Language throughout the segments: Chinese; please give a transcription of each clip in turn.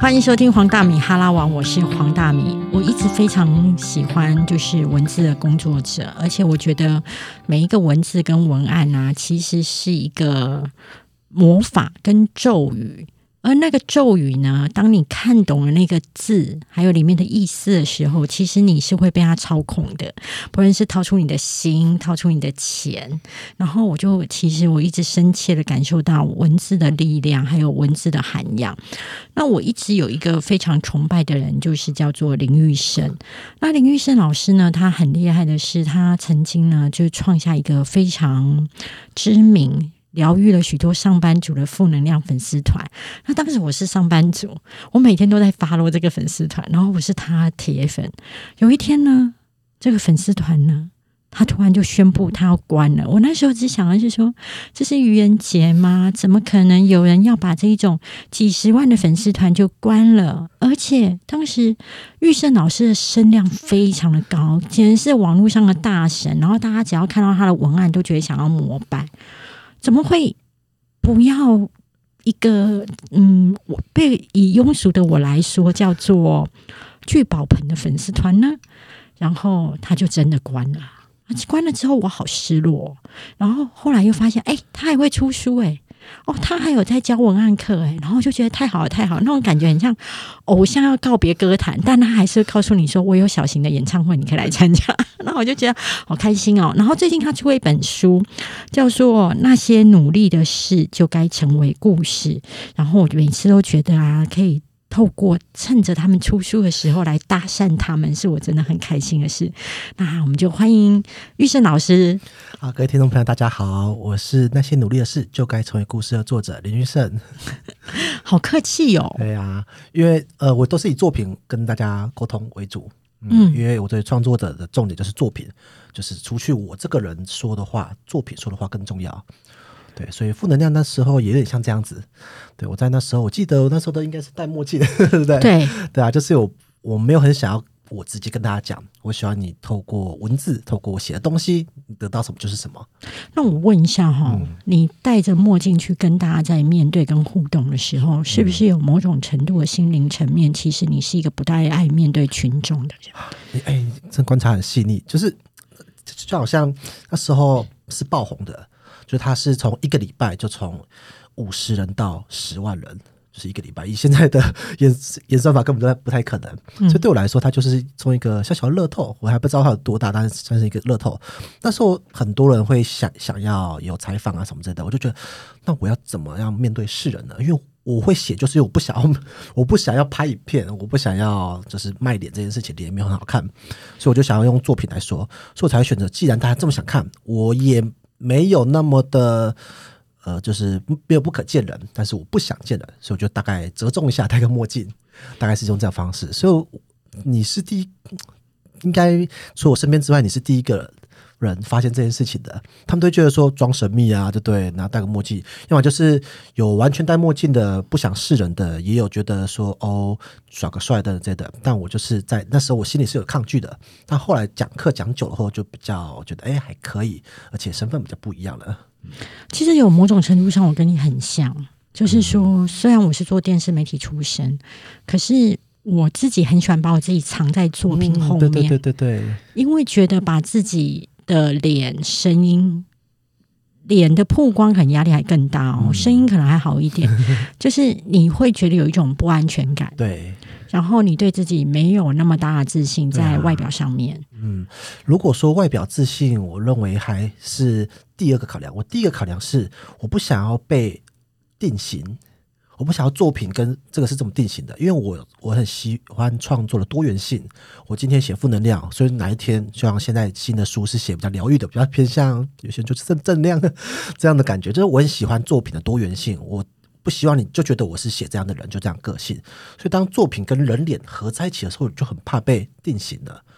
欢迎收听黄大米哈拉王，我是黄大米。我一直非常喜欢就是文字的工作者，而且我觉得每一个文字跟文案啊，其实是一个魔法跟咒语。而那个咒语呢，当你看懂了那个字还有里面的意思的时候，其实你是会被它操控的，不论是掏出你的心，掏出你的钱。然后其实我一直深切的感受到文字的力量还有文字的涵养。那我一直有一个非常崇拜的人，就是叫做林玉胜。那林玉胜老师呢，他很厉害的是他曾经呢就创下一个非常知名疗愈了许多上班族的负能量粉丝团。那当时我是上班族，我每天都在 follow 这个粉丝团，然后我是他的铁粉。有一天呢，这个粉丝团呢，他突然就宣布他要关了。我那时候只想的是说，这是愚人节吗？怎么可能有人要把这一种几十万的粉丝团就关了？而且当时玉胜老师的声量非常的高，简直是网络上的大神，然后大家只要看到他的文案都觉得想要膜拜。怎么会不要一个我被以庸俗的我来说叫做聚宝盆的粉丝团呢？然后他就真的关了。关了之后我好失落，然后后来又发现他还会出书他还有在教文案课然后就觉得太好了太好了，那种感觉很像偶像要告别歌坛，但他还是告诉你说我有小型的演唱会你可以来参加。然后我就觉得好开心哦。然后最近他出了一本书叫做那些努力的事就该成为故事，然后我每次都觉得可以透过趁着他们出书的时候来搭讪他们，是我真的很开心的事。那我们就欢迎玉胜老师。 各位听众朋友大家好，我是那些努力的事就该成为故事的作者林玉胜。 好客气哦。 对啊，因为我都是以作品跟大家沟通为主。因为我对创作者的重点就是作品，就是除去我这个人说的话，作品说的话更重要。对，所以负能量那时候也有点像这样子。对，我在那时候，我记得我那时候都应该是戴墨镜，对不对？对啊，就是我没有很想要我直接跟大家讲，我喜欢你透过文字，透过我写的东西，你得到什么就是什么。 那我问一下你戴着墨镜去跟大家在面对跟互动的时候，是不是有某种程度的心灵层面，其实你是一个不太爱面对群众的人？ 这观察很细腻，就好像那时候是爆红的。就他是从一个礼拜就从50人到10万人，就是一个礼拜。以现在的演算法根本都不太可能，所以对我来说，他就是从一个小小的乐透，我还不知道它有多大，但是算是一个乐透。那时候很多人会想要有采访啊什么之类的，我就觉得，那我要怎么样面对世人呢？因为我会写，就是我不想要拍影片，我不想要就是卖脸这件事情，脸没有很好看，所以我就想要用作品来说，所以我才会选择，既然大家这么想看，我也没有那么的就是没有不可见人，但是我不想见人，所以我就大概折中一下，戴个墨镜，大概是用这样的方式。所以你是应该除了我身边之外，你是第一个人发现这件事情的。他们都觉得说装神秘啊，对不对？然后戴个墨镜，要么就是有完全戴墨镜的不想示人的，也有觉得说耍个帅的这的。但我就是在那时候我心里是有抗拒的，但后来讲课讲久了后就比较觉得还可以，而且身份比较不一样了。 其实有某种程度上我跟你很像，就是说虽然我是做电视媒体出身，可是我自己很喜欢把我自己藏在作品后面。 对， 因为觉得把自己的脸声音脸的曝光可能压力还更大声音可能还好一点就是你会觉得有一种不安全感。 对， 然后你对自己没有那么大的自信在外表上面。 如果说外表自信，我认为还是第二个考量。我第一个考量是我不想要被定型，我不想要作品跟这个是这么定型的，因为我很喜欢创作的多元性。我今天写负能量，所以哪一天就像现在新的书是写比较疗愈的，比较偏向有些人就是正能量这样的感觉，就是我很喜欢作品的多元性。我不希望你就觉得我是写这样的人，就这样个性。所以当作品跟人脸合在一起的时候，就很怕被定型了。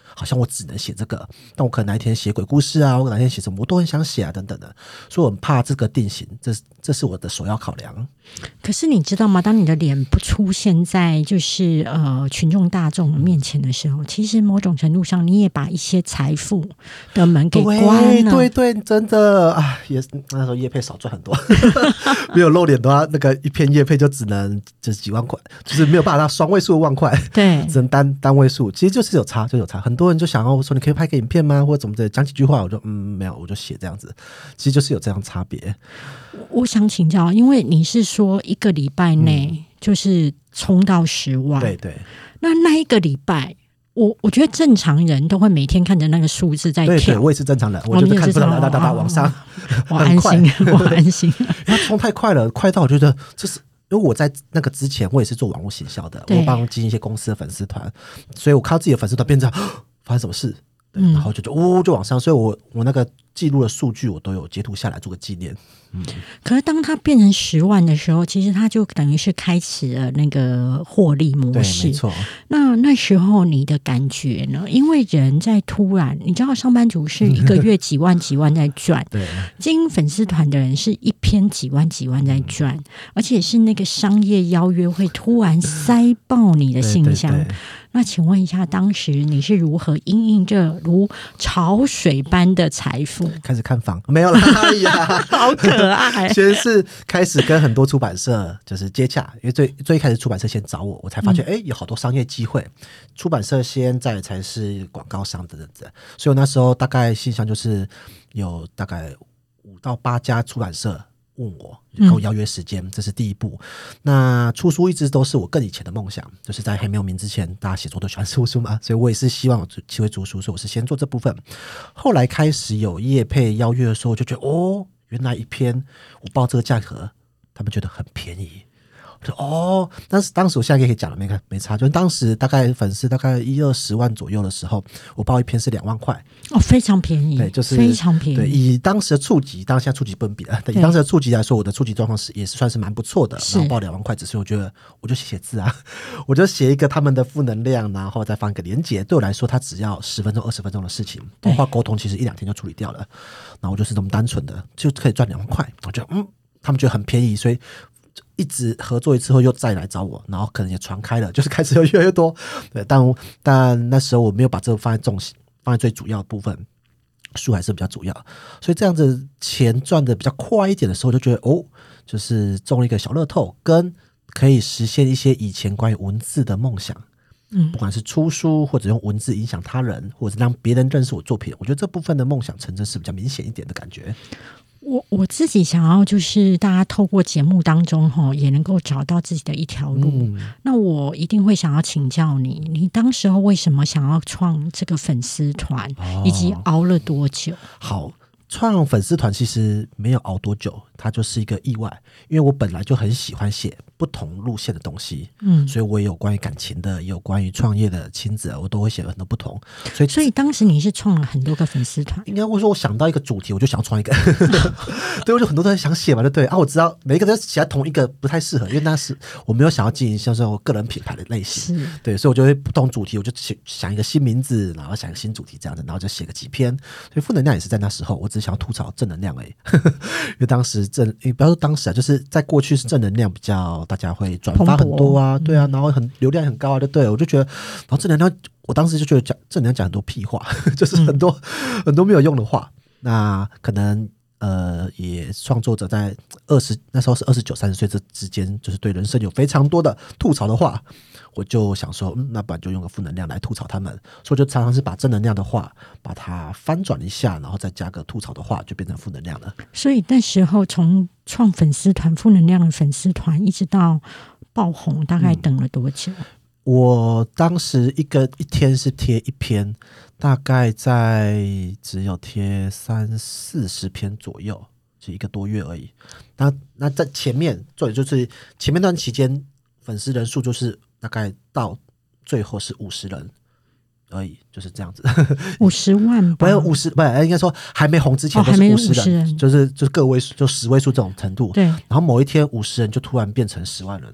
好像我只能写这个，但我可能哪一天写鬼故事啊，我哪天写什么我都很想写啊等等的，所以我很怕这个定型，这是我的首要考量。 可是你知道吗？当你的脸不出现在就是群众大众面前的时候，其实某种程度上你也把一些财富的门给关了。 对对对，真的啊，也那时候业配少赚很多，没有露脸的话，那个一片业配就只能就是几万块，就是没有办法到双位数的万块， 对， 只能单位数，其实就是有差，就有差。很多人就想要说，你可以拍个影片吗？或者怎么的，讲几句话，我就没有，我就写这样子，其实就是有这样差别。 我想请教，因为你是说一个礼拜内就是冲到10万， 对对， 那一个礼拜，我觉得正常人都会每天看着那个数字在跳。 对对，我也是正常人，我就是看不到哒往上， 我安心，我安心。 它冲太快了，快到我觉得这是。因为我在那个之前，我也是做网络行销的，我帮经营一些公司的粉丝团，所以我看到自己的粉丝团变成发生什么事，然后就往上，所以我那个记录的数据我都有截图下来做个纪念。 可是当它变成10万的时候，其实它就等于是开启了那个获利模式。 对，没错。 那时候你的感觉呢？因为人在突然，你知道上班族是一个月几万几万在赚， 对， 经营粉丝团的人是一篇几万几万在赚，而且是那个商业邀约会突然塞爆你的信箱。 对对对， 那请问一下，当时你是如何因应这如潮水般的财富？ 开始看房没有啦，哎呀， 好可爱！ 先是开始跟很多出版社就是接洽，因为最开始出版社先找我，我才发觉有好多商业机会，出版社先，再才是广告商等等的，所以我那时候大概信箱就是有大概5到8家出版社问我跟我邀约时间，这是第一步。那出书一直都是我更以前的梦想，就是在还没有名之前，大家写作都喜欢出书嘛，所以我也是希望有机会出书，所以我是先做这部分。后来开始有业配邀约的时候，我就觉得原来一篇我报这个价格，他们觉得很便宜。但是当时我现在可以讲了，没差，就是当时大概粉丝大概10-20万左右的时候，我报一篇是2万块， 非常便宜， 对，就是非常便宜。 对，以当时的触及，当然现在触及不能比了，以当时的触及来说，我的触及状况也是算是蛮不错的，然后报2万块，只是我觉得我就写字啊，我就写一个他们的负能量，然后再放一个连结，对我来说，它只要10分钟、20分钟的事情，动画沟通其实1-2天就处理掉了，然后我就是这么单纯的就可以赚2万块，我觉得他们觉得很便宜，所以一直合作一次后又再来找我，然后可能也传开了，就是开始有越来越多。对，但那时候我没有把这个放在最主要的部分，书还是比较主要，所以这样子钱赚的比较快一点的时候，就觉得就是中了一个小乐透，跟可以实现一些以前关于文字的梦想。不管是出书，或者用文字影响他人，或者是让别人认识我作品，我觉得这部分的梦想成真是比较明显一点的感觉。 我自己想要就是大家透过节目当中也能够找到自己的一条路，那我一定会想要请教你当时候为什么想要创这个粉丝团，以及熬了多久？ 好，创粉丝团其实没有熬多久，它就是一个意外，因为我本来就很喜欢写不同路线的东西，所以我也有关于感情的，也有关于创业的、亲子的，我都会写很多不同。所以当时你是创了很多个粉丝团？ 应该会说，我想到一个主题，我就想要创一个。对，我就很多都在想写嘛，对不对啊？我知道每一个都写在同一个不太适合，因为那时我没有想要经营像是我个人品牌的类型，对，所以我就会不同主题，我就想一个新名字，然后想一个新主题这样子，然后就写个几篇。所以负能量也是在那时候，我只想要吐槽正能量而已。因为当时不要说当时啊，就是在过去是正能量比较大家会转发很多啊，对啊，然后流量很高啊，对，我就觉得，然后正能量，我当时就觉得正能量讲很多屁话，就是很多没有用的话。那可能也创作者在那时候是29-30岁这之间，就是对人生有非常多的吐槽的话，我就想说，那不然就用个负能量来吐槽他们，所以我就常常是把正能量的话把它翻转一下，然后再加个吐槽的话，就变成负能量了。所以那时候从创粉丝团负能量的粉丝团一直到爆红，大概等了多久？我当时一天是贴1篇，大概只有贴30-40篇左右，就1个多月而已。那在前面就是前面段期间，粉丝人数就是大概到最后是50人而已，就是这样子。50万吧？没有50，不，应该说还没红之前都是50人，就是个位数，就10位数这种程度。对。然后某一天50人就突然变成10万人了。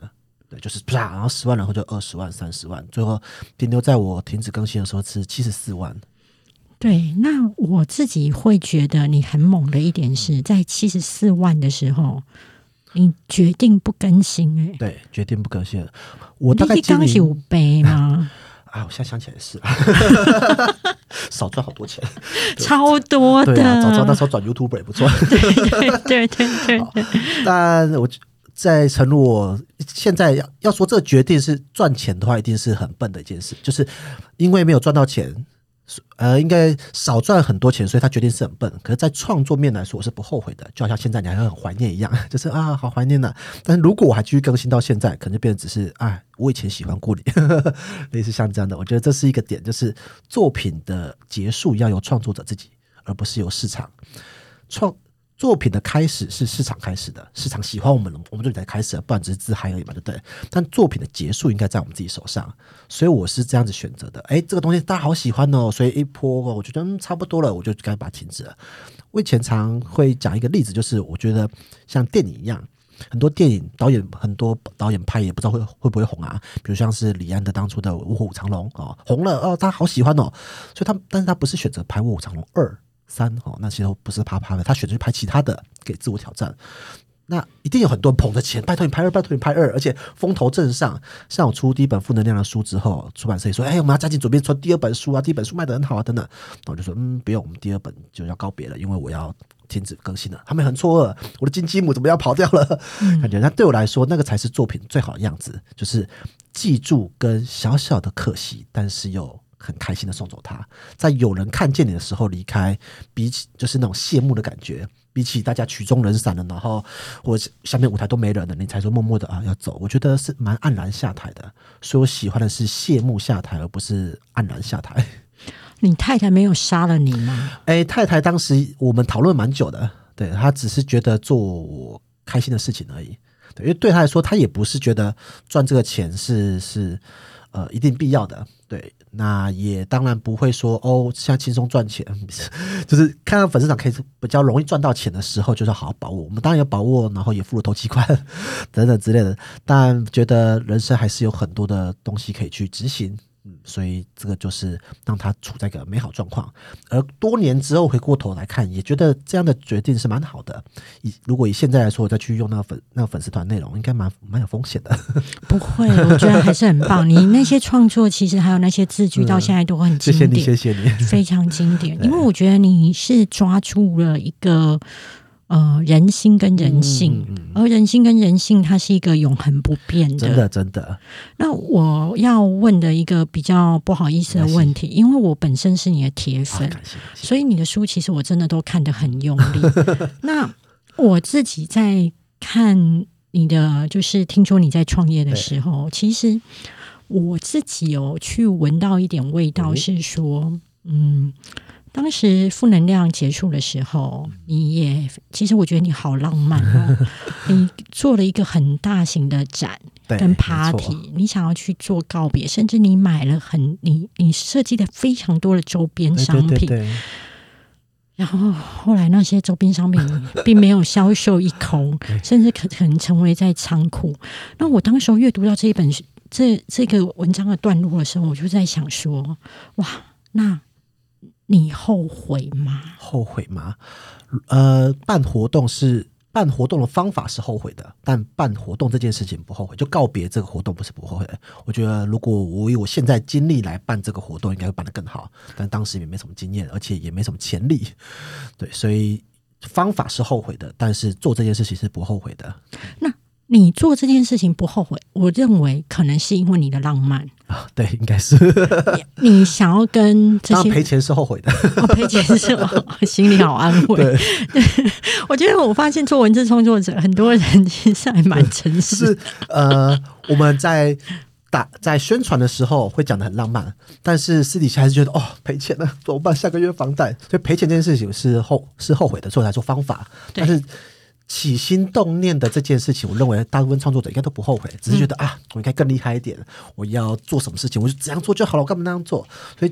对，就是啪，然后10万人后就20万、30万，最后停留在我停止更新的时候是74万。 对，那我自己会觉得你很猛的一点是在74万的时候，你决定不更新。 对，决定不更新了。我大概你刚有背吗？ 啊，我现在想起来是少赚好多钱， 超多的。 对啊，早知道那时候转 YouTuber 也不错。 对。 但我在诚如我现在要说这个决定是赚钱的话，一定是很笨的一件事，就是因为没有赚到钱。应该少赚很多钱，所以他决定是很笨。可是，在创作面来说，我是不后悔的，就好像现在你还会很怀念一样，就是啊，好怀念呐。但是如果我还继续更新到现在，可能就变成只是我以前喜欢过你，类似像这样的。我觉得这是一个点，就是作品的结束要由创作者自己，而不是由市场。作品的开始是市场开始的，市场喜欢我们了，我们就才开始了，不然只是自嗨而已嘛，对不对？但作品的结束应该在我们自己手上，所以我是这样子选择的。这个东西大家好喜欢哦，所以一波我觉得差不多了，我就该把它停止了。我以前常会讲一个例子，就是我觉得像电影一样，很多电影很多导演拍也不知道会不会红啊。比如像是李安的当初的《卧虎藏龙》红了他好喜欢哦，所以但是他不是选择拍《卧虎藏龙2》。3那些都不是啪啪的，他选择去拍其他的，给自我挑战。那一定有很多人捧着钱，拜托你拍2，拜托你拍2，而且风头正上。像我出第一本负能量的书之后，出版社也说，我们要加紧准备出第2本书啊，第1本书卖得很好啊，等等。那我就说，不用，我们第2本就要告别了，因为我要停止更新了。他们很错愕，我的金鸡母怎么要跑掉了？感觉那对我来说，那个才是作品最好的样子，就是记住跟小小的可惜，但是又很开心的送走他，在有人看见你的时候离开，比起就是那种谢幕的感觉，比起大家曲终人散了，然后或下面舞台都没人了，你才说默默的要走，我觉得是蛮黯然下台的。所以我喜欢的是谢幕下台，而不是黯然下台。 你太太没有杀了你吗？ 太太当时我们讨论蛮久的，对，她只是觉得做我开心的事情而已。对，因为对她来说，她也不是觉得赚这个钱是一定必要的。对，那也当然不会说现在轻松赚钱，就是看到粉丝场可以比较容易赚到钱的时候，就是要好好把握。我们当然有把握，然后也付了头期款等等之类的，但觉得人生还是有很多的东西可以去执行。所以这个就是让他处在一个美好状况，而多年之后回过头来看，也觉得这样的决定是蛮好的。如果以现在来说，我再去用那个粉丝团内容，应该蛮有风险的。 不会，我觉得还是很棒。你那些创作，其实还有那些字句，到现在都很经典。 谢谢你， 非常经典。因为我觉得你是抓住了一个人心跟人性，而人心跟人性它是一个永恒不变的， 真的。 那我要问的一个比较不好意思的问题，因为我本身是你的铁粉， 感谢。 所以你的书其实我真的都看得很用力。那我自己在看你的，就是听说你在创业的时候，其实我自己有去闻到一点味道，是说当时负能量结束的时候，其实我觉得你好浪漫哦。你做了一个很大型的展跟 party， 你想要去做告别，甚至你买了你设计了非常多的周边商品。对。然后后来那些周边商品并没有销售一空，甚至可能成为在仓库。那我当时候阅读到这个文章的段落的时候，我就在想说，哇，那你后悔吗？ 后悔吗？办活动的方法是后悔的，但办活动这件事情不后悔。就告别这个活动不是不后悔的。我觉得如果我有现在精力来办这个活动，应该会办得更好。但当时也没什么经验，而且也没什么潜力。对，所以方法是后悔的，但是做这件事情是不后悔的。 那你做这件事情不后悔，我认为可能是因为你的浪漫对，应该是你想要跟这些赔钱是后悔的赔钱是心里好安慰。对，我觉得我发现做文字创作者，很多人其实还蛮诚实。 是我们在宣传的时候会讲得很浪漫，但是私底下还是觉得赔钱了怎么办？下个月房贷，所以赔钱这件事情是后悔的，所以才做方法。但是起心动念的这件事情，我认为大部分创作者应该都不后悔，只是觉得我应该更厉害一点，我要做什么事情我就这样做就好了，我干嘛那样做？所以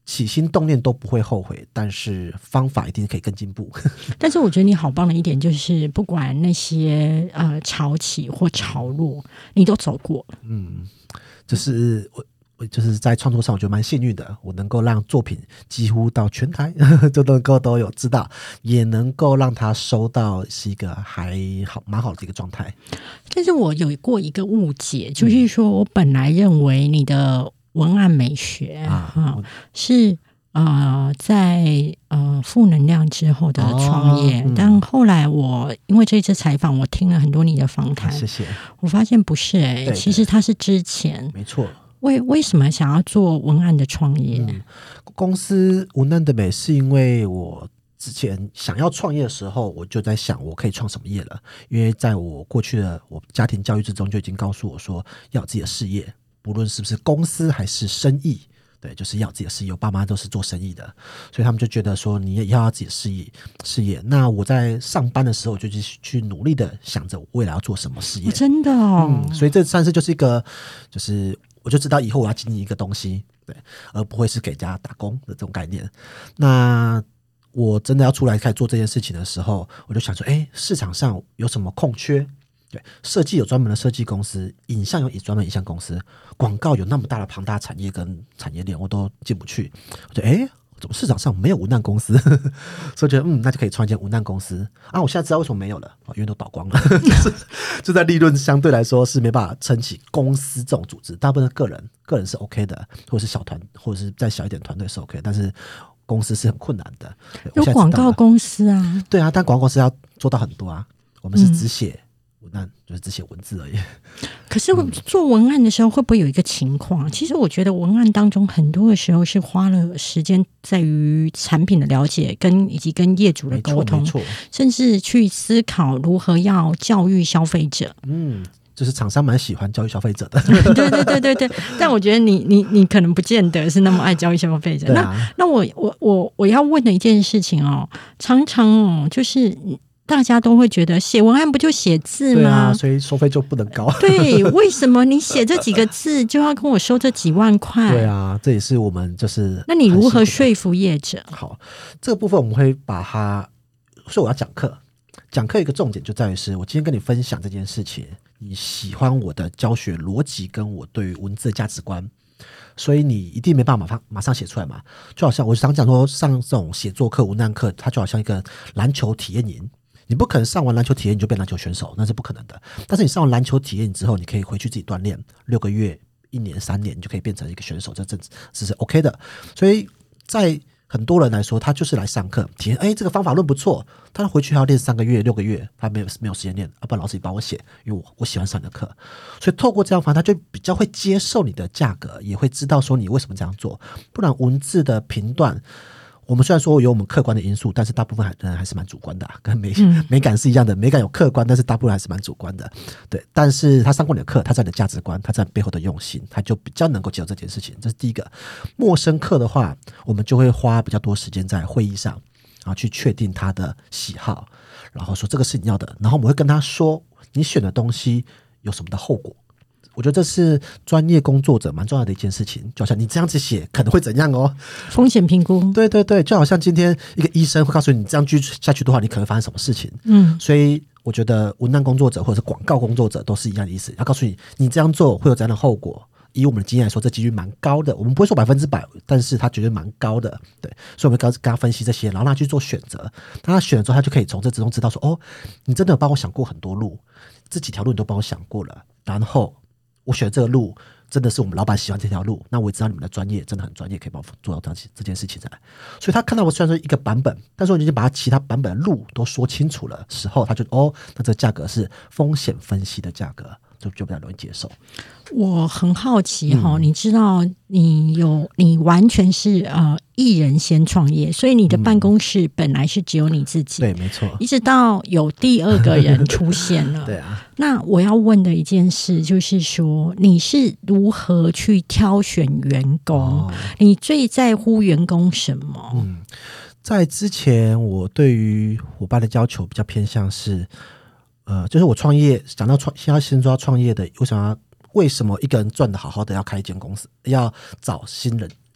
起心动念都不会后悔，但是方法一定可以更进步。 但是我觉得你好棒的一点就是，不管那些潮起或潮落，你都走过了。 就是我就是在创作上，我觉得蛮幸运的，我能够让作品几乎到全台就能够都有知道，也能够让他收到是一个还好蛮好的一个状态。 但是我有过一个误解，就是说我本来认为你的文案美学是在负能量之后的创业，但后来我因为这次采访，我听了很多你的访谈， 谢谢。 我发现不是对其实它是之前没错。 为什么想要做文案的创业？ 公司文案的美是因为我之前想要创业的时候，我就在想我可以创什么业了，因为在我过去的我家庭教育之中就已经告诉我说要有自己的事业，不论是不是公司还是生意，对，就是要自己的事业。我爸妈都是做生意的，所以他们就觉得说你也要自己的事业。那我在上班的时候，我就去努力的想着我未来要做什么事业。 真的所以这算是就是一个，就是我就知道以后我要经营一个东西，对，而不会是给人家打工的这种概念。那我真的要出来开始做这件事情的时候，我就想说，市场上有什么空缺？对，设计有专门的设计公司，影像有专门影像公司，广告有那么大的庞大产业跟产业链，我都进不去。我觉得怎么市场上没有文案公司？所以我觉得那就可以创一间文案公司啊！我现在知道为什么没有了，因为都倒光了。就在利润相对来说是没办法撑起公司这种组织，大部分的个人是 OK 的，或者是小团，或者是再小一点团队是 OK， 但是公司是很困难的。 有广告公司啊， 对啊，但广告公司要做到很多啊，我们是只写文案，就是只写文字而已。 可是做文案的时候会不会有一个情况？其实我觉得文案当中很多的时候是花了时间在于产品的了解以及跟业主的沟通，甚至去思考如何要教育消费者。 就是厂商蛮喜欢教育消费者的。 对，但我觉得你可能不见得是那么爱教育消费者。那我要问的一件事情常常就是大家都会觉得写文案不就写字吗？ 对啊，所以收费就不能高。 对，为什么你写这几个字就要跟我收这几万块？ 对啊，这也是我们就是那你如何说服业者？ 好，这个部分我们会把它，所以我要讲课。讲课一个重点就在于是我今天跟你分享这件事情，你喜欢我的教学逻辑跟我对于文字的价值观，所以你一定没办法马上写出来嘛。就好像我常讲说，上这种写作课、文案课，它就好像一个篮球体验营。你不可能上完篮球体验你就变篮球选手，那是不可能的。但是你上完篮球体验之后，你可以回去自己锻炼6个月、1年、3年，你就可以变成一个选手，这是 OK 的。所以在很多人来说，他就是来上课体验，这个方法论不错，他回去还要练3个月、6个月，他没有时间练，不然老师你帮我写，因为我喜欢上你的课。所以透过这样方法，他就比较会接受你的价格，也会知道说你为什么这样做。不然文字的评断，我们虽然说有我们客观的因素，但是大部分人还是蛮主观的跟美感是一样的，美感有客观，但是大部分还是蛮主观的。对，但是他上过你的课，他知道你的价值观，他知道你背后的用心，他就比较能够接受这件事情。这是第一个。陌生课的话，我们就会花比较多时间在会议上，然后去确定他的喜好，然后说这个是你要的，然后我们会跟他说你选的东西有什么的后果。我觉得这是专业工作者蛮重要的一件事情，就好像你这样子写可能会怎样风险评估。 对，就好像今天一个医生会告诉你这样继续下去的话，你可能会发生什么事情。所以我觉得文案工作者或者是广告工作者都是一样的意思，要告诉你这样做会有怎样的后果。以我们的经验来说，这几率蛮高的，我们不会说100%，但是它绝对蛮高的。对，所以我们跟他分析这些，然后让他去做选择。当他选了之后，他就可以从这之中知道说，你真的有帮我想过很多路，这几条路你都帮我想过了，然后我选这个路真的是我们老板喜欢这条路，那我也知道你们的专业真的很专业，可以帮我做到这件事情来。所以他看到我虽然说一个版本，但是我已经把他其他版本的路都说清楚了时候，他就那这个价格是风险分析的价格，就比较容易接受。 我很好奇你知道你完全是一人先创业，所以你的办公室本来是只有你自己。 对，没错。 一直到有第二个人出现了。 对啊。 那我要问的一件事就是说，你是如何去挑选员工？你最在乎员工什么？ 在之前我对于伙伴的要求比较偏向是就是我创业讲到先说要创业的，为什么一个人赚的好好的要开一间公司，要找新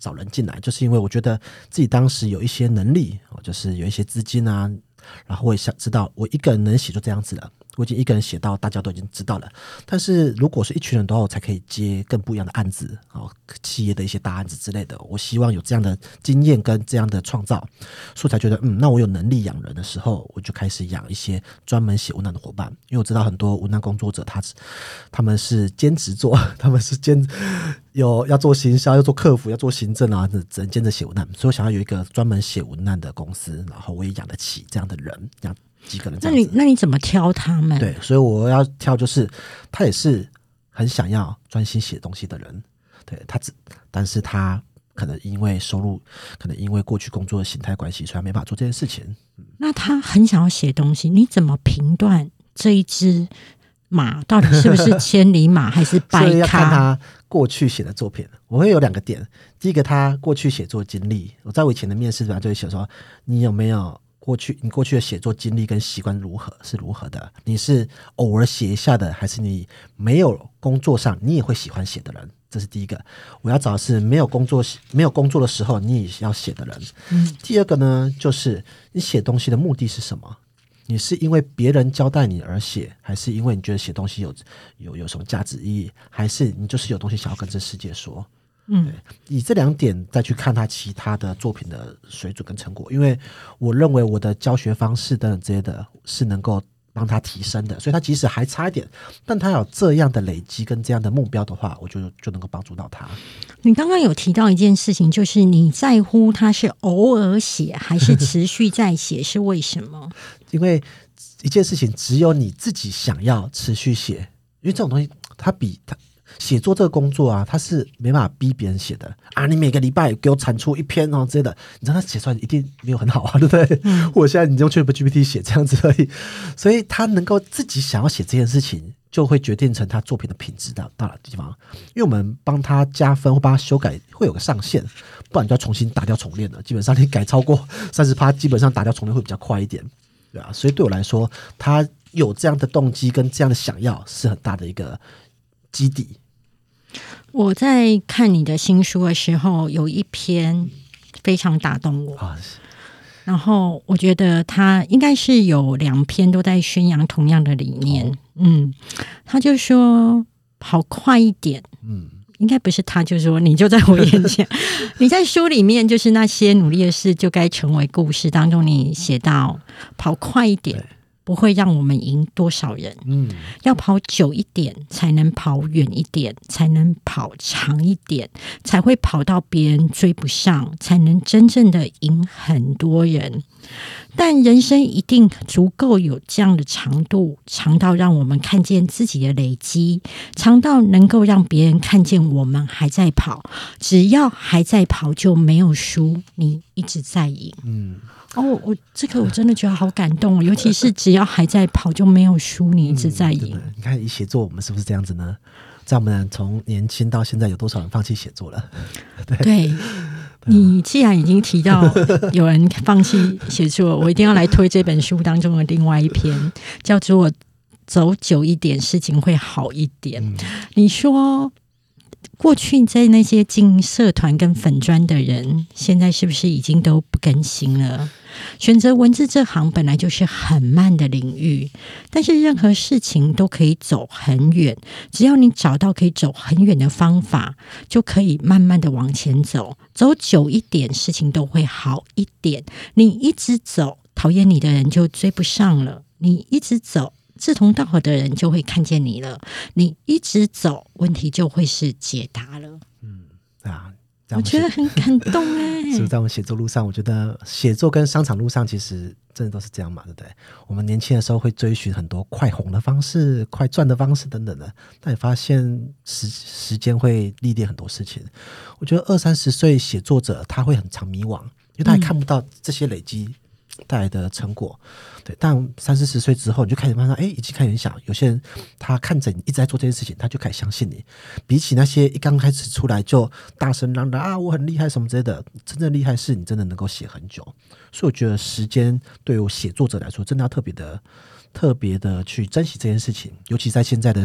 找人进来，就是因为我觉得自己当时有一些能力，就是有一些资金啊，然后我也想知道我一个人能写就这样子了，我已经一个人写到大家都已经知道了，但是如果是一群人的话，我才可以接更不一样的案子，企业的一些大案子之类的，我希望有这样的经验跟这样的创造，所以才觉得那我有能力养人的时候，我就开始养一些专门写文案的伙伴，因为我知道很多文案工作者他们是兼职做，他们是要做行销，要做客服，要做行政啊，只能兼着写文案，所以我想要有一个专门写文案的公司，然后我也养得起这样的人，养几个人这样子。 那你怎么挑他们？ 对，所以我要挑就是他也是很想要专心写东西的人，对但是他可能因为收入，可能因为过去工作的形态关系，所以他没办法做这件事情。 那他很想要写东西，你怎么评断这一只马到底是不是千里马还是白咖？ 所以要看他过去写的作品。我会有2个点，第一个他过去写作经历，我在我以前的面试就会写说，你有没有你过去的写作经历跟习惯是如何的？你是偶尔写一下的，还是你没有工作上你也会喜欢写的人？这是第一个，我要找的是没有工作的时候你也要写的人。第二个呢，就是你写东西的目的是什么？你是因为别人交代你而写，还是因为你觉得写东西有什么价值意义，还是你就是有东西想要跟这世界说？以这2点再去看他其他的作品的水准跟成果，因为我认为我的教学方式等等这些的是能够帮他提升的，所以他即使还差一点，但他有这样的累积跟这样的目标的话，我就能够帮助到他。 你刚刚有提到一件事情，就是你在乎他是偶尔写还是持续在写，是为什么？ 因为一件事情只有你自己想要持续写，因为这种东西它写作这个工作啊，它是没办法逼别人写的啊！你每个礼拜给我产出1篇之类的，你知道他写出来一定没有很好啊，对不对？或者现在你用 ChatGPT 写这样子而已，所以他能够自己想要写这件事情，就会决定成他作品的品质到哪地方。因为我们帮他加分或帮他修改会有个上限，不然就要重新打掉重练了。基本上你改超过30%，基本上打掉重练会比较快一点，对啊。所以对我来说，他有这样的动机跟这样的想要，是很大的一个基底。 我在看你的新书的时候，有一篇非常打动我，然后我觉得他应该是有2篇都在宣扬同样的理念。他就说跑快一点，应该不是他，就说你就在我眼前。你在书里面就是那些努力的事就该成为故事当中，你写到跑快一点不会让我们赢多少人，要跑久一点才能跑远一点，才能跑长一点，才会跑到别人追不上，才能真正的赢很多人。但人生一定足够有这样的长度，长到让我们看见自己的累积，长到能够让别人看见我们还在跑，只要还在跑就没有输，你一直在赢。这个我真的觉得好感动，尤其是只要还在跑就没有输，你一直在赢。 你看以写作我们是不是这样子呢？在我们从年轻到现在有多少人放弃写作了？ 对，你既然已经提到有人放弃写作，我一定要来推这本书当中的另外一篇，叫做走久一点事情会好一点。你说过去在那些进社团跟粉专的人，现在是不是已经都不更新了？选择文字这行本来就是很慢的领域，但是任何事情都可以走很远，只要你找到可以走很远的方法，就可以慢慢的往前走，走久一点事情都会好一点。你一直走，讨厌你的人就追不上了，你一直走，志同道合的人就会看见你了，你一直走，问题就会是解答了。我觉得很感动是不是在我们写作路上，我觉得写作跟商场路上其实真的都是这样嘛，对不对？我们年轻的时候会追寻很多快红的方式、快赚的方式等等的，但你发现时间会历练很多事情。我觉得20-30岁写作者他会很常迷惘，因为他也看不到这些累积带来的成果。对，但30-40岁之后，你就开始慢慢已经开始想，有些人他看着你一直在做这件事情，他就开始相信你。比起那些一刚开始出来就大声嚷嚷我很厉害什么之类的，真正厉害是你真的能够写很久。所以我觉得时间对于写作者来说，真的要特别的去珍惜这件事情，尤其在现在的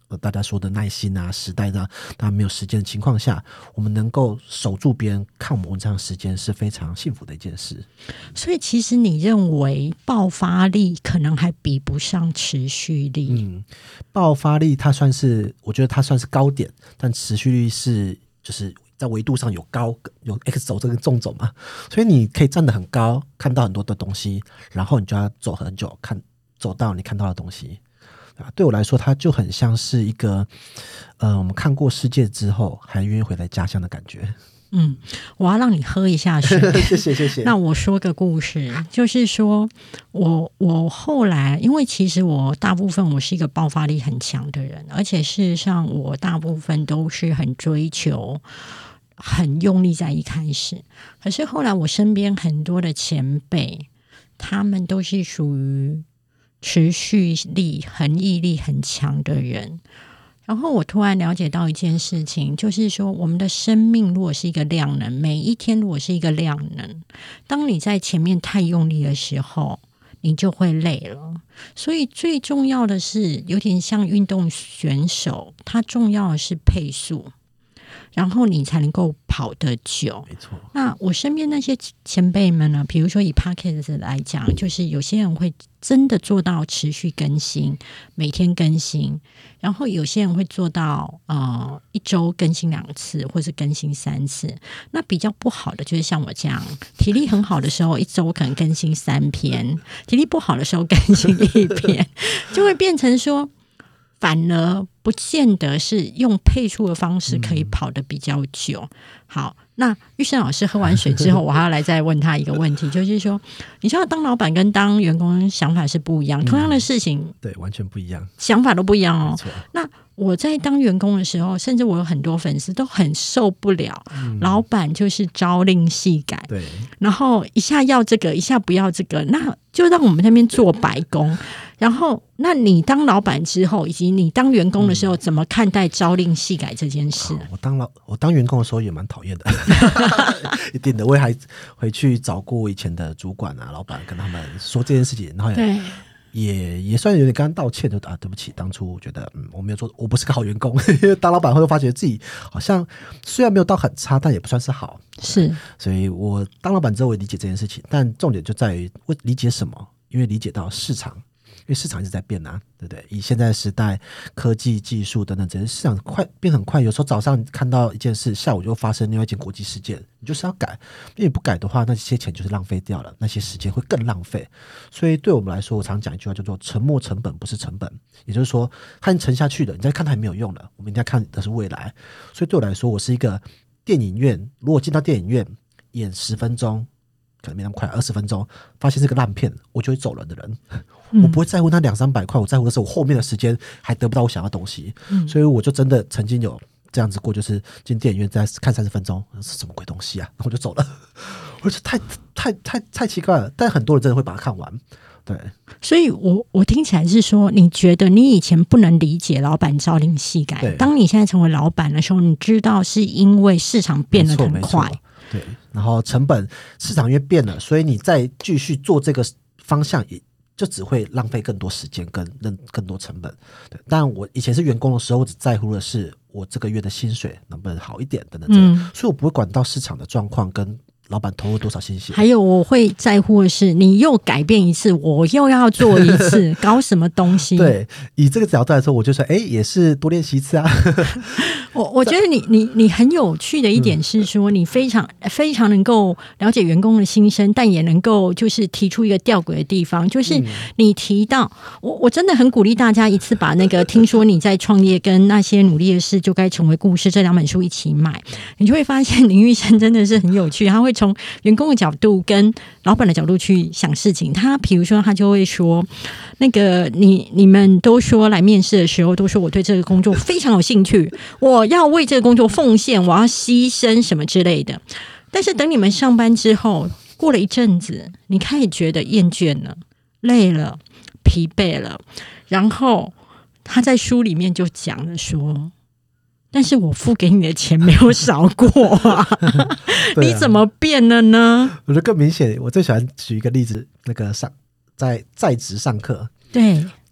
大家说的耐心啊，时代的大家没有时间的情况下，我们能够守住别人看我们文章的时间是非常幸福的一件事。 所以其实你认为爆发力可能还比不上持续力？ 爆发力它算是，我觉得它算是高点，但持续力是就是在维度上有高有 X 轴这个纵轴嘛，所以你可以站得很高，看到很多的东西，然后你就要走很久，走到你看到的东西。对我来说，它就很像是一个我们看过世界之后还愿意回来家乡的感觉。 我要让你喝一下水。 谢谢谢谢。 那我说个故事，就是说我后来，因为其实我大部分我是一个爆发力很强的人，而且事实上我大部分都是很追求很用力在一开始，可是后来我身边很多的前辈，他们都是属于持续力、恒毅力很强的人。然后我突然了解到一件事情，就是说我们的生命如果是一个量能，每一天如果是一个量能，当你在前面太用力的时候，你就会累了。所以最重要的是，有点像运动选手，他重要的是配速，然后你才能够跑得久。 没错。 那我身边那些前辈们呢，比如说以 Podcast 来讲，就是有些人会真的做到持续更新，每天更新，然后有些人会做到一周更新2次，或是更新3次。那比较不好的就是像我这样，体力很好的时候，一周可能更新3篇；体力不好的时候更新1篇，就会变成说，反而不见得是用配速的方式可以跑得比较久。好，那玉生老师喝完水之后，我还要来再问他一个问题，就是说，你知道当老板跟当员工想法是不一样，同样的事情， 对，完全不一样， 想法都不一样哦。 没错。 那我在当员工的时候，甚至我有很多粉丝都很受不了，老板就是朝令夕改， 对， 然后一下要这个，一下不要这个，那就让我们那边做白工。然后，那你当老板之后，以及你当员工的时候，怎么看待朝令夕改这件事？ 我当员工的时候也蛮讨厌的，一定的。我也还回去找过以前的主管啊、老板，跟他们说这件事情，然后也算有点跟他道歉，就对不起，当初我觉得我没有做，我不是个好员工。因为当老板会发觉自己好像虽然没有到很差，但也不算是好。 是， 所以我当老板之后，我也理解这件事情，但重点就在于我理解什么，因为理解到市场。因为市场一直在变啊，对不对？以现在的时代，科技、技术等等，这些市场变很快。有时候早上看到一件事，下午就发生另外一件国际事件，你就是要改。因为你不改的话，那些钱就是浪费掉了，那些时间会更浪费。所以对我们来说，我常讲一句话叫做"沉没成本不是成本"，也就是说，它已经沉下去了，你再看它也没有用了。我们一定要看的是未来。所以对我来说，我是一个电影院，如果进到电影院演10分钟。可能没那么快，20分钟，发现是个烂片，我就会走人的人。我不会在乎那200-300块，我在乎的是我后面的时间还得不到我想要的东西。所以我就真的曾经有这样子过，就是进电影院再看30分钟，是什么鬼东西啊？然后我就走了。我觉得太奇怪了，但很多人真的会把它看完。对， 所以我听起来是说，你觉得你以前不能理解老板朝令夕改，当你现在成为老板的时候，你知道是因为市场变得很快。 对，然后成本市场越变了，所以你再继续做这个方向，也就只会浪费更多时间跟更多成本。对，但我以前是员工的时候，我只在乎的是我这个月的薪水能不能好一点等等，所以我不会管到市场的状况跟老板投入多少信息。 还有我会在乎的是，你又改变一次，我又要做一次，搞什么东西？ 对，以这个角度来说，我就说，也是多练习一次啊。 我觉得你很有趣的一点是说，你非常非常能够了解员工的心声，但也能够就是提出一个吊诡的地方，就是你提到我真的很鼓励大家一次把那个听说你在创业跟那些努力的事就该成为故事这2本书一起买，你就会发现林玉生真的是很有趣，他会从员工的角度跟老板的角度去想事情。他比如说他就会说，那个你们都说来面试的时候都说我对这个工作非常有兴趣，我要为这个工作奉献，我要牺牲什么之类的。但是等你们上班之后，过了一阵子，你开始觉得厌倦了、累了、疲惫了，然后他在书里面就讲了说，但是我付给你的钱没有少过啊你怎么变了呢？ 我觉得更明显，我最喜欢举一个例子，那个在职上课， 对，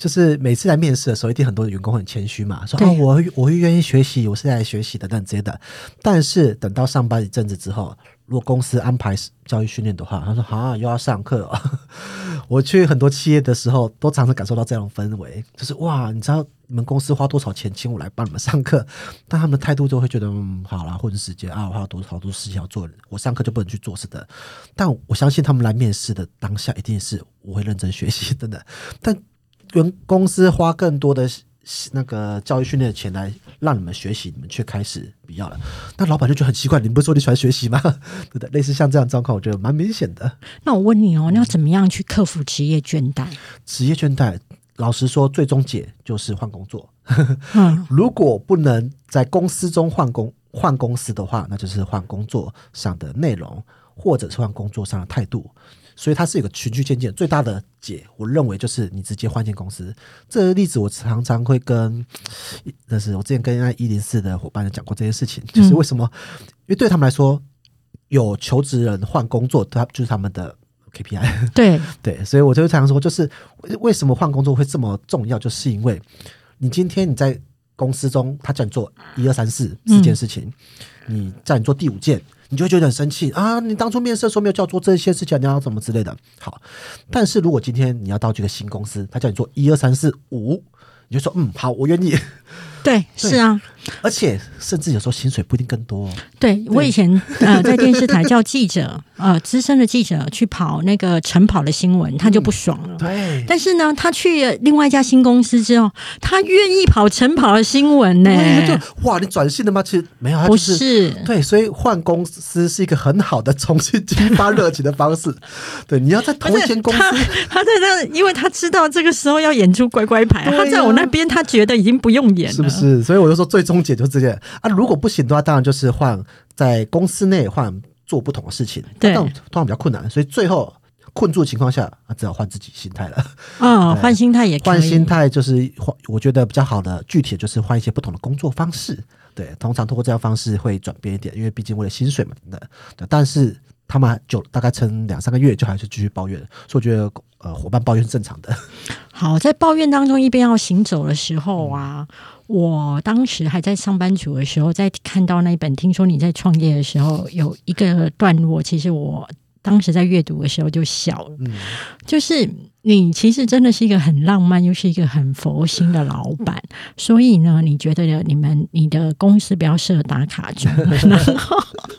就是每次来面试的时候，一定很多员工很谦虚嘛，说对我会愿意学习，我是来学习的等等之类的。但是等到上班一阵子之后，如果公司安排教育训练的话，他说又要上课哦。我去很多企业的时候，都常常感受到这样的氛围，就是哇，你知道你们公司花多少钱请我来帮你们上课，但他们的态度就会觉得好啦，混时间啊，我还有好多事情要做，我上课就不能去做似的。但我相信他们来面试的当下，一定是我会认真学习，真的。但公司花更多的那个教育训练的钱来让你们学习，你们却开始不要了，那老板就觉得很奇怪，你不是说你喜欢学习吗？对不对？类似像这样的状况，我觉得蛮明显的。 那我问你哦，你要怎么样去克服职业倦怠？ 职业倦怠，老实说，最终解就是换工作。 嗯， 如果不能在公司中换公司的话，那就是换工作上的内容，或者是换工作上的态度。所以它是一个循序渐进，最大的解，我认为就是你直接换间公司。这个例子我常常会就是我之前跟104的伙伴讲过这件事情，就是为什么？因为对他们来说，有求职人换工作，就是他们的 KPI。 对对，所以我就常常说，就是为什么换工作会这么重要，就是因为你今天你在公司中，他叫你做1、2、3、4件事情，你叫你做第5件。你就会觉得很生气啊！你当初面试的时候没有叫我做这些事情，你要怎么之类的。好，但是如果今天你要到这个新公司，他叫你做1、2、3、4、5，你就说好，我愿意。 对，是啊， 而且甚至有时候薪水不一定更多。 对，我以前在电视台叫记者，资深的记者去跑那个晨跑的新闻，他就不爽了。 对， 但是呢，他去另外一家新公司之后，他愿意跑晨跑的新闻呢。 就哇，你转性了吗？其实没有，他不就是对，所以换公司是一个很好的重新激发热情的方式。对，你要在同一间公司， 他在那，因为他知道这个时候要演出乖乖牌，他在我那边，他觉得已经不用演了， 是不是？所以我就说最终解就是这些啊。如果不行的话，当然就是换在公司内换做不同的事情， 对， 通常比较困难，所以最后困住的情况下，只好换自己心态了。 换心态也可以。 换心态就是我觉得比较好的具体就是换一些不同的工作方式。对，通常通过这样方式会转变一点，因为毕竟为了薪水嘛，对。但是他们大概撑2、3个月就还是继续抱怨，所以我觉得伙伴抱怨是正常的。 好，在抱怨当中一边要行走的时候啊，我当时还在上班族的时候，在看到那本《听说你在创业》的时候，有一个段落，其实我当时在阅读的时候就笑了，就是你其实真的是一个很浪漫又是一个很佛心的老板，所以呢，你觉得你的公司比较适合打卡中，然后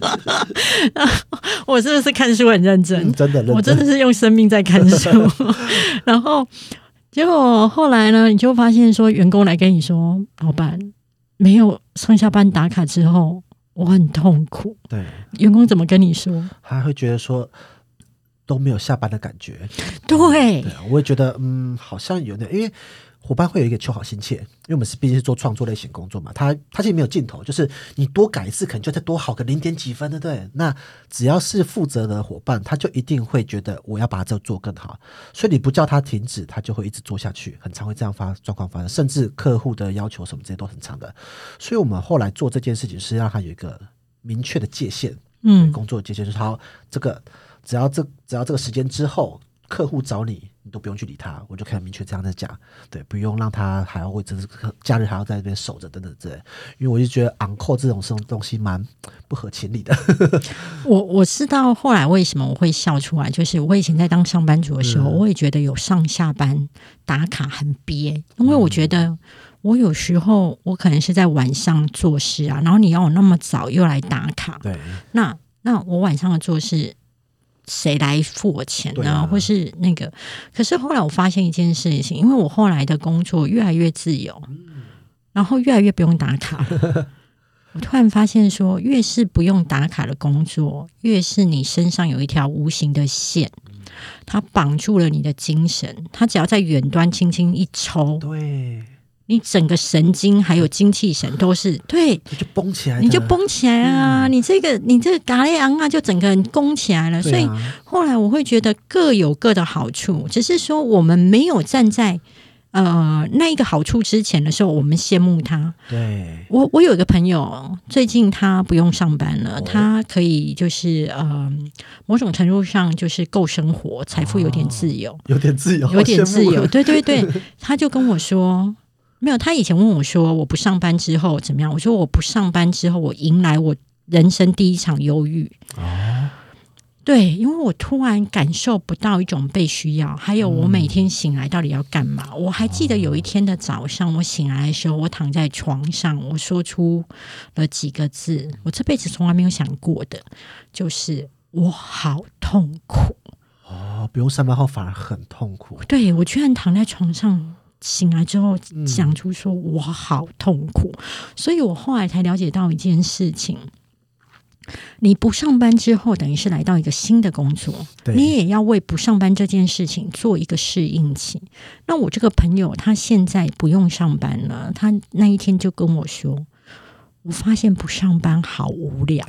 我真的是看书很认真， 真的认真， 我真的是用生命在看书，然后结果后来呢，你就发现说，员工来跟你说，老板没有上下班打卡之后，我很痛苦。 对， 员工怎么跟你说？ 他会觉得说都没有下班的感觉。 对， 我也觉得好像有点，因为伙伴会有一个求好心切，因为我们毕竟是做创作类型工作嘛，他其实没有尽头，就是你多改一次可能就再多好个0点几分，对不对？那只要是负责的伙伴，他就一定会觉得我要把这做更好，所以你不叫他停止，他就会一直做下去，很常会这样状况发生，甚至客户的要求什么这些都很长的。所以我们后来做这件事情是让他有一个明确的界限，工作的界限就是好，这个只要这个时间之后，客户找你都不用去理他，我就可以明确这样在讲，对，不用让他还要为这个假日还要在那边守着等等之类，因为我就觉得 on call 这种东西蛮不合情理的。 我知道后来为什么我会笑出来，就是我以前在当上班族的时候，我也觉得有上下班打卡很憋，因为我觉得我有时候我可能是在晚上做事啊，然后你要我那么早又来打卡， 对， 那我晚上的做事谁来付我钱呢？或是那个？可是后来我发现一件事情，因为我后来的工作越来越自由，然后越来越不用打卡了。我突然发现说，越是不用打卡的工作，越是你身上有一条无形的线，它绑住了你的精神。它只要在远端轻轻一抽， 对。 你整个神经还有精气神都是对， 你就绷起来， 你就绷起来啊！你这个嘎雷昂啊，就整个人弓起来了。所以后来我会觉得各有各的好处，只是说我们没有站在那一个好处之前的时候，我们羡慕他。 对， 我有一个朋友，最近他不用上班了，他可以就是某种程度上就是够生活，财富有点自由， 有点自由， 有点自由。对对对， 对， 他就跟我说。没有，他以前问我说我不上班之后怎么样？我说我不上班之后，我迎来我人生第一场忧郁。对，因为我突然感受不到一种被需要，还有我每天醒来到底要干嘛？我还记得有一天的早上，我醒来的时候，我躺在床上，我说出了几个字，我这辈子从来没有想过的，就是我好痛苦。 不用上班后反而很痛苦。 对，我居然躺在床上。醒来之后讲出说我好痛苦，所以我后来才了解到一件事情，你不上班之后等于是来到一个新的工作，你也要为不上班这件事情做一个适应期。那我这个朋友他现在不用上班了，他那一天就跟我说，我发现不上班好无聊。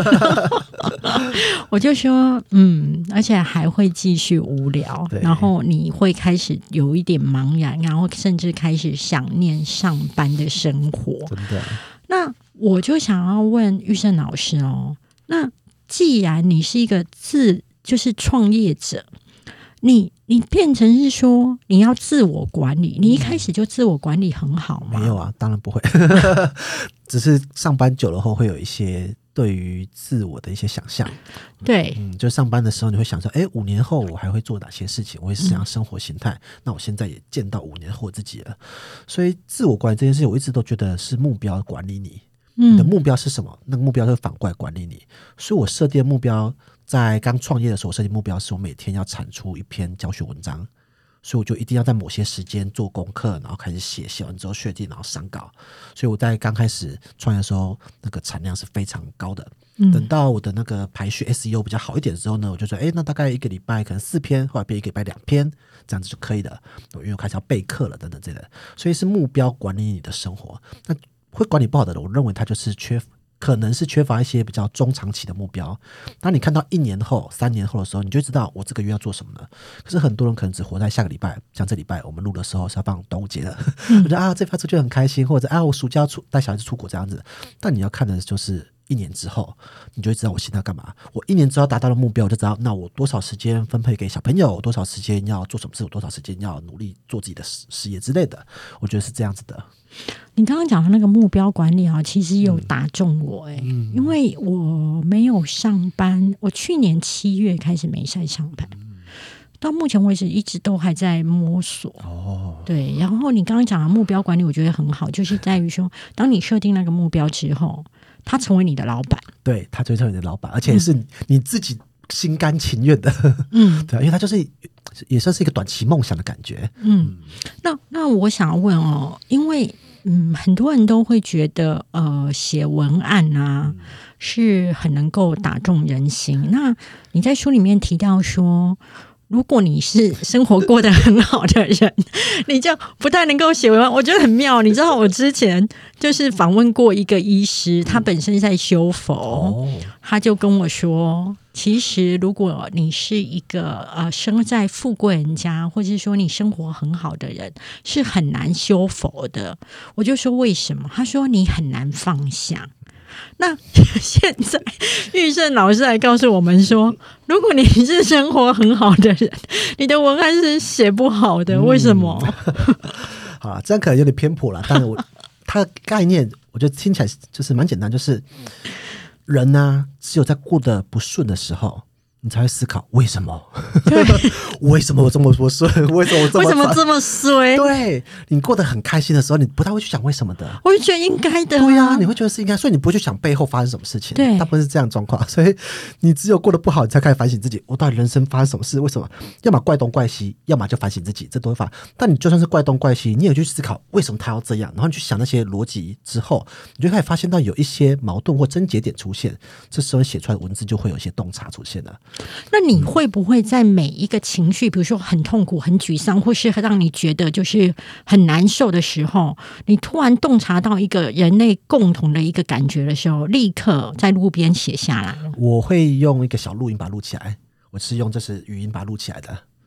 我就说而且还会继续无聊，然后你会开始有一点茫然，然后甚至开始想念上班的生活。 真的。 那我就想要问玉胜老师哦，那既然你是一个就是创业者，你变成是说你要自我管理，你一开始就自我管理很好吗？ 没有啊，当然不会。只是上班久了后会有一些对于自我的一些想象。 对， 就上班的时候你会想说，5年后我还会做哪些事情，我会是怎样生活形态，那我现在也见到5年后自己了。所以自我管理这件事情我一直都觉得是目标管理你。你的目标是什么？那个目标就反过来管理你。所以我设定目标，在刚创业的时候，我设定目标是我每天要产出一篇教学文章，所以我就一定要在某些时间做功课，然后开始写完之后确定，然后上稿。所以我在刚开始创业的时候，那个产量是非常高的。等到我的那个排序 SEO 比较好一点之后呢，我就说，那大概一个礼拜可能4篇，后来变一个礼拜2篇，这样子就可以了。因为我开始要备课了，等等之类的。所以是目标管理你的生活。那会管理不好的人，我认为他就是可能是缺乏一些比较中长期的目标。当你看到1年后、3年后的时候，你就知道我这个月要做什么了。可是很多人可能只活在下个礼拜，像这礼拜我们录的时候是要放端午节的，我觉得这发出去很开心，或者我暑假带小孩子出国这样子。但你要看的就是1年之后，你就会知道我现在干嘛。我1年之后达到了目标，我就知道那我多少时间分配给小朋友，多少时间要做什么事，我多少时间要努力做自己的事业之类的。我觉得是这样子的。 你刚刚讲的那个目标管理啊，其实有打中我因为我没有上班，我去年7月开始没在上班，到目前为止一直都还在摸索。对。然后你刚刚讲的目标管理，我觉得很好，就是在于说，当你设定那个目标之后，他成为你的老板， 对，他就成为你的老板，而且是你自己心甘情愿的。对，因为他就是也算是一个短期梦想的感觉。 那我想要问因为很多人都会觉得写文案啊是很能够打中人心。那你在书里面提到说，如果你是生活过得很好的人，你就不太能够写文案。我觉得很妙。你知道我之前就是访问过一个医师，他本身在修佛，他就跟我说，其实如果你是一个生在富贵人家，或者是说你生活很好的人，是很难修佛的。我就说为什么？他说你很难放下。那现在玉胜老师来告诉我们说，如果你是生活很好的人，你的文案是写不好的，为什么？ 好啦，这样可能有点偏颇啦，但是它的概念我觉得听起来就是蛮简单，就是人啊，只有在过得不顺的时候，你才会思考为什么？为什么我这么不顺？为什么这么衰？对，你过得很开心的时候，你不太会去想为什么的。 我就觉得应该的。 对啊，你会觉得是应该，所以你不会去想背后发生什么事情。 对， 大部分是这样的状况。所以你只有过得不好，你才开始反省自己，我到底人生发生什么事？为什么？要么怪东怪西，要么就反省自己，这都会发。但你就算是怪东怪西，你也去思考为什么他要这样，然后你去想那些逻辑之后，你就开始发现到有一些矛盾或症结点出现，这时候写出来的文字就会有一些洞察出现了。 那你会不会在每一个情绪，比如说很痛苦、很沮丧，或是让你觉得就是很难受的时候，你突然洞察到一个人类共同的一个感觉的时候，立刻在路边写下来？ 我会用一个小录音把它录起来，我是用语音把它录起来的。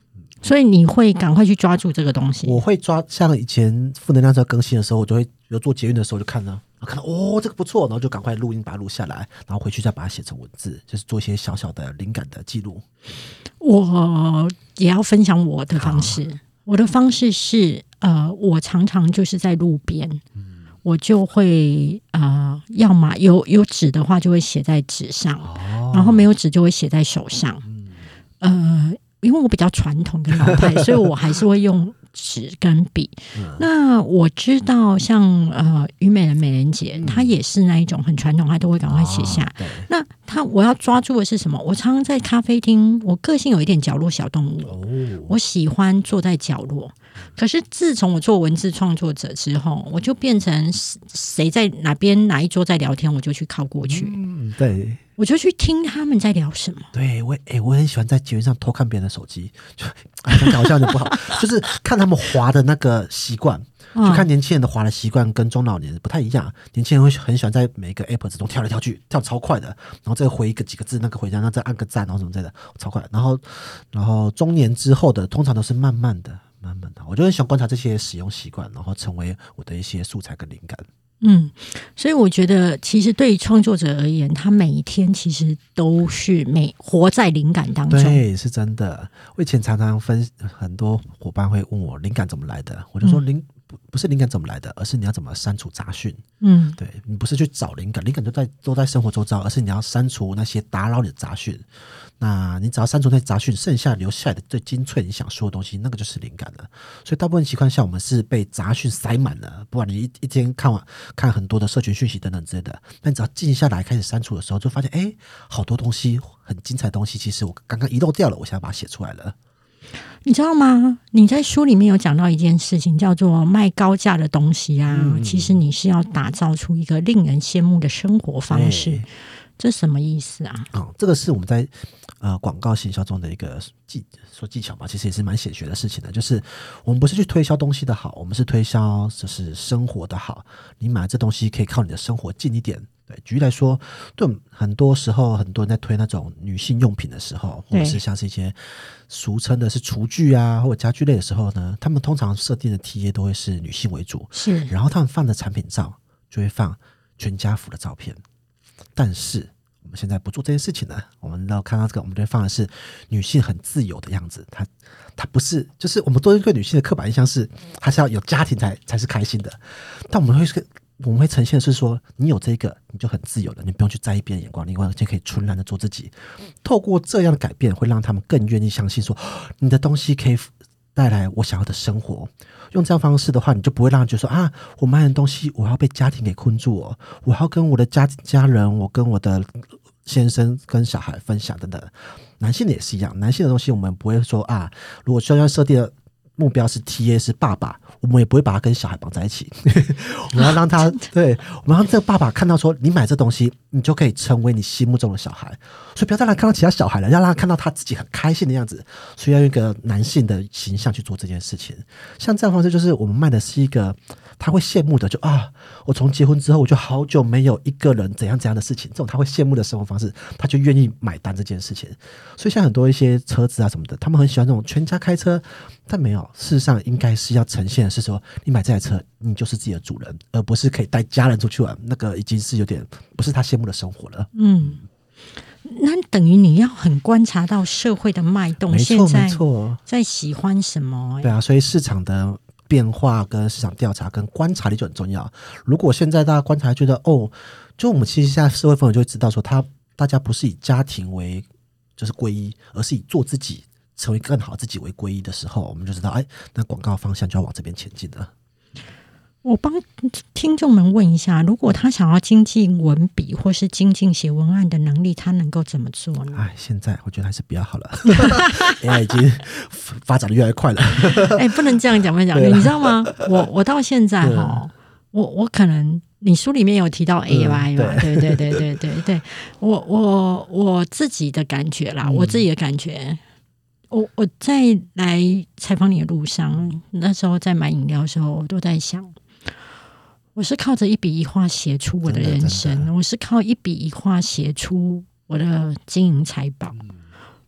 所以你会赶快去抓住这个东西。 我会抓，像以前负能量在更新的时候，我就会比如做捷运的时候就看到哦这个不错，然后就赶快录音把它录下来，然后回去再把它写成文字，就是做一些小小的灵感的记录。 我也要分享我的方式，我的方式是我常常就是在路边。我就会要么有纸的话就会写在纸上，然后没有纸就会写在手上。因为我比较传统跟老派，所以我还是会用纸跟笔。那我知道像虞美人美人姐，她也是那一种很传统，她都会赶快写下。那我要抓住的是什么？我常常在咖啡厅，我个性有一点角落小动物，我喜欢坐在角落。可是自从我做文字创作者之后，我就变成谁在哪一桌在聊天，我就去靠过去。 对， 我就去听他们在聊什么。 对，我很喜欢在捷运上偷看别人的手机，就讲好像有点不好，就是看他们滑的那个习惯。就看年轻人的滑的习惯跟中老年不太一样，年轻人会很喜欢在每一个 app 之中跳来跳去，跳超快的，然后再回几个字，那个回家，然后再按个赞，然后什么之类的，超快。然后中年之后的，通常都是慢慢的。我就很喜欢观察这些使用习惯，然后成为我的一些素材跟灵感。 所以我觉得其实对于创作者而言，他每一天其实都是活在灵感当中。 对，是真的。我以前常常很多伙伴会问我灵感怎么来的，我就说不是灵感怎么来的，而是你要怎么删除杂讯。对，你不是去找灵感，灵感都在生活周遭，而是你要删除那些打扰你的杂讯。那你只要删除那些杂讯，剩下留下来的最精粹你想说的东西，那个就是灵感了。所以大部分情况下，我们是被杂讯塞满了，不管你一天看很多的社群讯息等等之类的，那你只要静下来开始删除的时候，就发现好多东西很精彩的东西，其实我刚刚遗漏掉了，我想要把它写出来了。 你知道吗？你在书里面有讲到一件事情，叫做卖高价的东西啊。其实你是要打造出一个令人羡慕的生活方式，这什么意思啊？ 这个是我们在广告行销中的一个技巧吧，其实也是蛮显学的事情的。就是我们不是去推销东西的好，我们是推销就是生活的好。你买这东西可以靠你的生活近一点。对，举例来说，对很多时候很多人在推那种女性用品的时候，或者是像是一些俗称的是厨具啊或者家具类的时候呢，他们通常设定的 TA 都会是女性为主， 是， 然后他们放的产品照就会放全家福的照片。但是我们现在不做这件事情了，我们要看到这个，我们就会放的是女性很自由的样子。她不是，就是我们对一个女性的刻板印象是，她是要有家庭才是开心的。但我们会呈现的是说，你有这个，你就很自由了，你不用去在意别人眼光，你完全可以纯然的做自己。透过这样的改变，会让他们更愿意相信说，你的东西可以带来我想要的生活。用这样方式的话，你就不会让人觉得说我卖的东西我要被家庭给困住哦，我要跟我的家人，我跟我的先生跟小孩分享等等。男性的也是一样，男性的东西我们不会说如果需要设定的目标是 TA 是爸爸，我们也不会把他跟小孩绑在一起。我们要让他对，我们让这个爸爸看到说，你买这东西，你就可以成为你心目中的小孩。所以不要再让他看到其他小孩了，要让他看到他自己很开心的样子。所以要用一个男性的形象去做这件事情。像这样的方式，就是我们卖的是一个他会羡慕的，就我从结婚之后我就好久没有一个人怎样的事情，这种他会羡慕的生活方式，他就愿意买单这件事情。所以像很多一些车子啊什么的，他们很喜欢这种全家开车，但没有，事实上应该是要呈现的是说，你买这台车你就是自己的主人，而不是可以带家人出去玩，那个已经是有点不是他羡慕的生活了。 那等于你要很观察到社会的脉动，现在在喜欢什么。 对啊，所以市场的变化跟市场调查跟观察力就很重要。如果现在大家观察觉得就我们其实现在社会氛围就会知道说，大家不是以家庭为就是归一，而是以做自己成为更好自己为归一的时候，我们就知道那广告方向就要往这边前进了。 我帮听众们问一下，如果他想要精进文笔或是精进写文案的能力，他能够怎么做呢？ 现在我觉得还是比较好了。AI 已经发展的越来越快了。 不能这样讲，你知道吗？我到现在我可能你书里面有提到 AI 嘛？对，我自己的感觉啦，我自己的感觉。我在来采访你的路上，那时候在买饮料的时候，我都在想，我是靠着一笔一画写出我的人生，我是靠一笔一画写出我的金银财宝。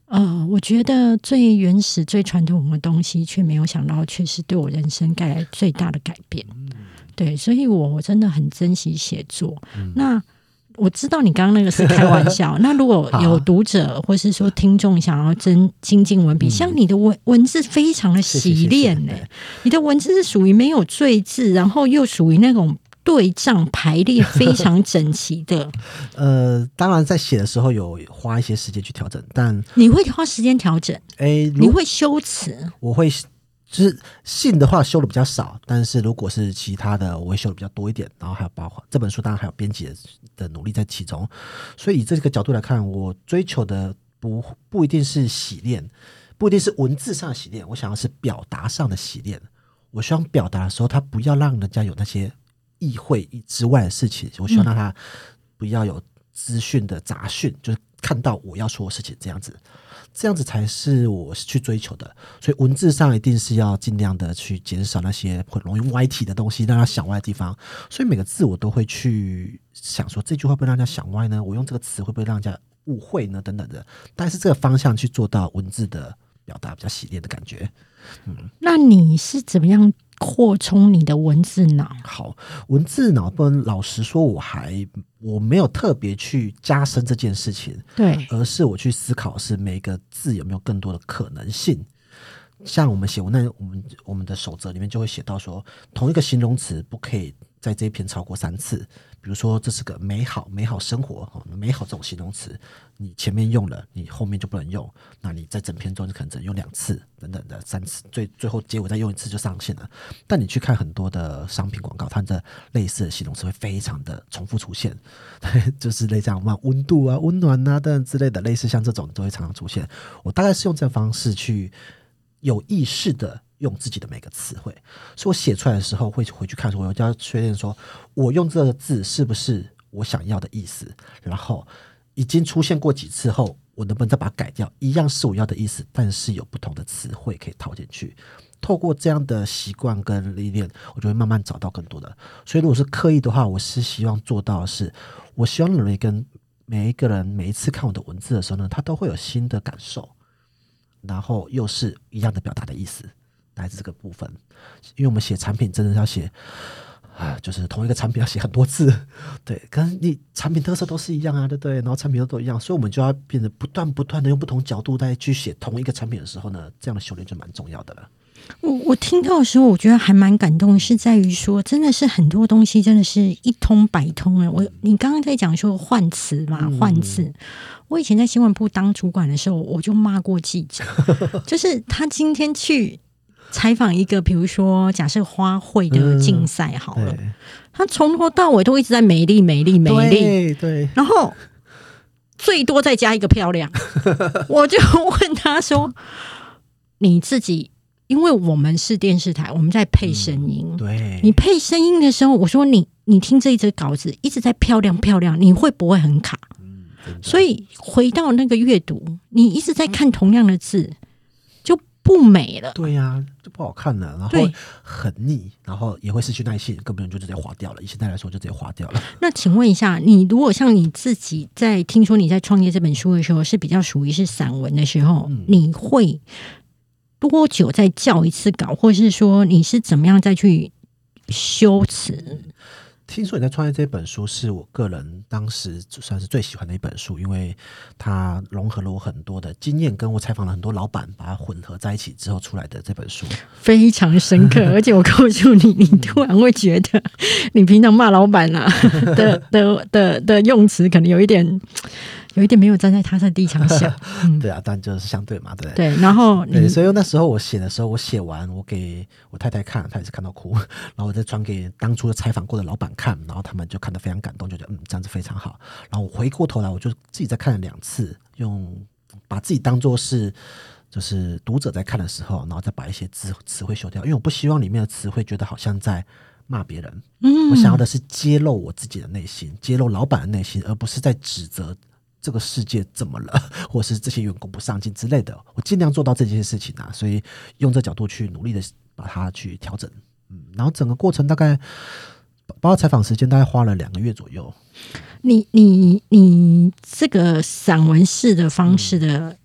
我觉得最原始、最传统的东西，却没有想到，却是对我人生带来最大的改变。对，所以我真的很珍惜写作。那我知道你刚刚那个是开玩笑，那如果有读者或是说听众想要精进文笔，像你的文字非常的洗练呢，你的文字是属于没有赘字，然后又属于那种对仗排列非常整齐的。 当然在写的时候有花一些时间去调整，但你会花时间调整？你会修辞？ 我会。就是信的话修的比较少，但是如果是其他的我会修的比较多一点，然后还有包括这本书当然还有编辑的努力在其中，所以以这个角度来看，我追求的不一定是洗练，不一定是文字上的洗练，我想要是表达上的洗练。我希望表达的时候它不要让人家有那些意会之外的事情，我希望让它不要有资讯的杂讯，就是看到我要说的事情这样子才是我去追求的。所以文字上一定是要尽量的去减少那些很容易歪题的东西，让它想歪的地方。所以每个字我都会去想说，这句会不会让人家想歪呢？我用这个词会不会让人家误会呢？等等的。但是这个方向去做到文字的表达比较洗练的感觉。 那你是怎么样扩充你的文字脑？ 好，文字脑不能老实说，我没有特别去加深这件事情， 对， 而是我去思考是每个字有没有更多的可能性。像我们写文案，我们的守则里面就会写到说，同一个形容词不可以在这一篇超过3次。比如说这是个美好生活，美好这种形容词，你前面用了，你后面就不能用，那你在整篇中你可能只能用2次等等的3次，最后结尾再用1次就上线了。但你去看很多的商品广告，它的类似的形容词会非常的重复出现，就是类似像温度啊、温暖啊等等之类的，类似像这种都会常常出现。我大概是用这个方式去有意识的用自己的每个词汇，所以我写出来的时候会回去看，我就要确认说我用这个字是不是我想要的意思，然后已经出现过几次后，我能不能再把它改掉，一样是我要的意思，但是有不同的词汇可以套进去。透过这样的习惯跟历练，我就会慢慢找到更多的。所以如果是刻意的话，我是希望做到的是，我希望每一个人每一次看我的文字的时候呢，他都会有新的感受，然后又是一样的表达的意思，来自这个部分。因为我们写产品真的要写就是同一个产品要写很多字，对，跟你产品特色都是一样啊，对不对？然后产品都一样，所以我们就要变得不断的用不同角度再去写同一个产品的时候呢，这样的修炼就蛮重要的了。 我听到的时候，我觉得还蛮感动，是在于说，真的是很多东西真的是一通百通啊！你刚刚在讲说换词嘛，换字。我以前在新闻部当主管的时候，我就骂过记者，就是他今天去采访一个，比如说假设花卉的竞赛好了，他从头到尾都一直在美丽， 对， 然后最多再加一个漂亮。我就问他说：“你自己。”因为我们是电视台，我们在配声音。 对， 你配声音的时候，我说你听这一则稿子一直在漂亮，你会不会很卡？所以回到那个阅读，你一直在看同样的字，就不美了。 对呀，就不好看了，然后很腻，然后也会失去耐性，根本就直接划掉了。以现在来说，就直接划掉了。 那请问一下，你如果像你自己在听说你在创业这本书的时候，是比较属于是散文的时候，你会多久再校一次稿，或是说你是怎么样再去修辞？ 听说你在创业这本书是我个人当时算是最喜欢的一本书，因为它融合了我很多的经验，跟我采访了很多老板，把它混合在一起之后出来的这本书， 非常深刻。而且我告诉你，你突然会觉得，你平常骂老板啊的用词，可能有一点没有站在他的立场想。 对啊，但就是相对嘛，对。 对，然后对，所以那时候我写的时候，我写完我给我太太看，她也是看到哭，然后我再传给当初采访过的老板看，然后他们就看得非常感动，就觉得这样子非常好。然后我回过头来，我就自己再看了2次，把自己当作是就是读者在看的时候，然后再把一些词汇修掉，因为我不希望里面的词汇觉得好像在骂别人。我想要的是揭露我自己的内心，揭露老板的内心，而不是在指责这个世界怎么了，或是这些员工不上进之类的。我尽量做到这件事情啊，所以用这角度去努力的把它去调整。然后整个过程大概包括采访时间大概花了2个月左右。 你这个散文式的方式的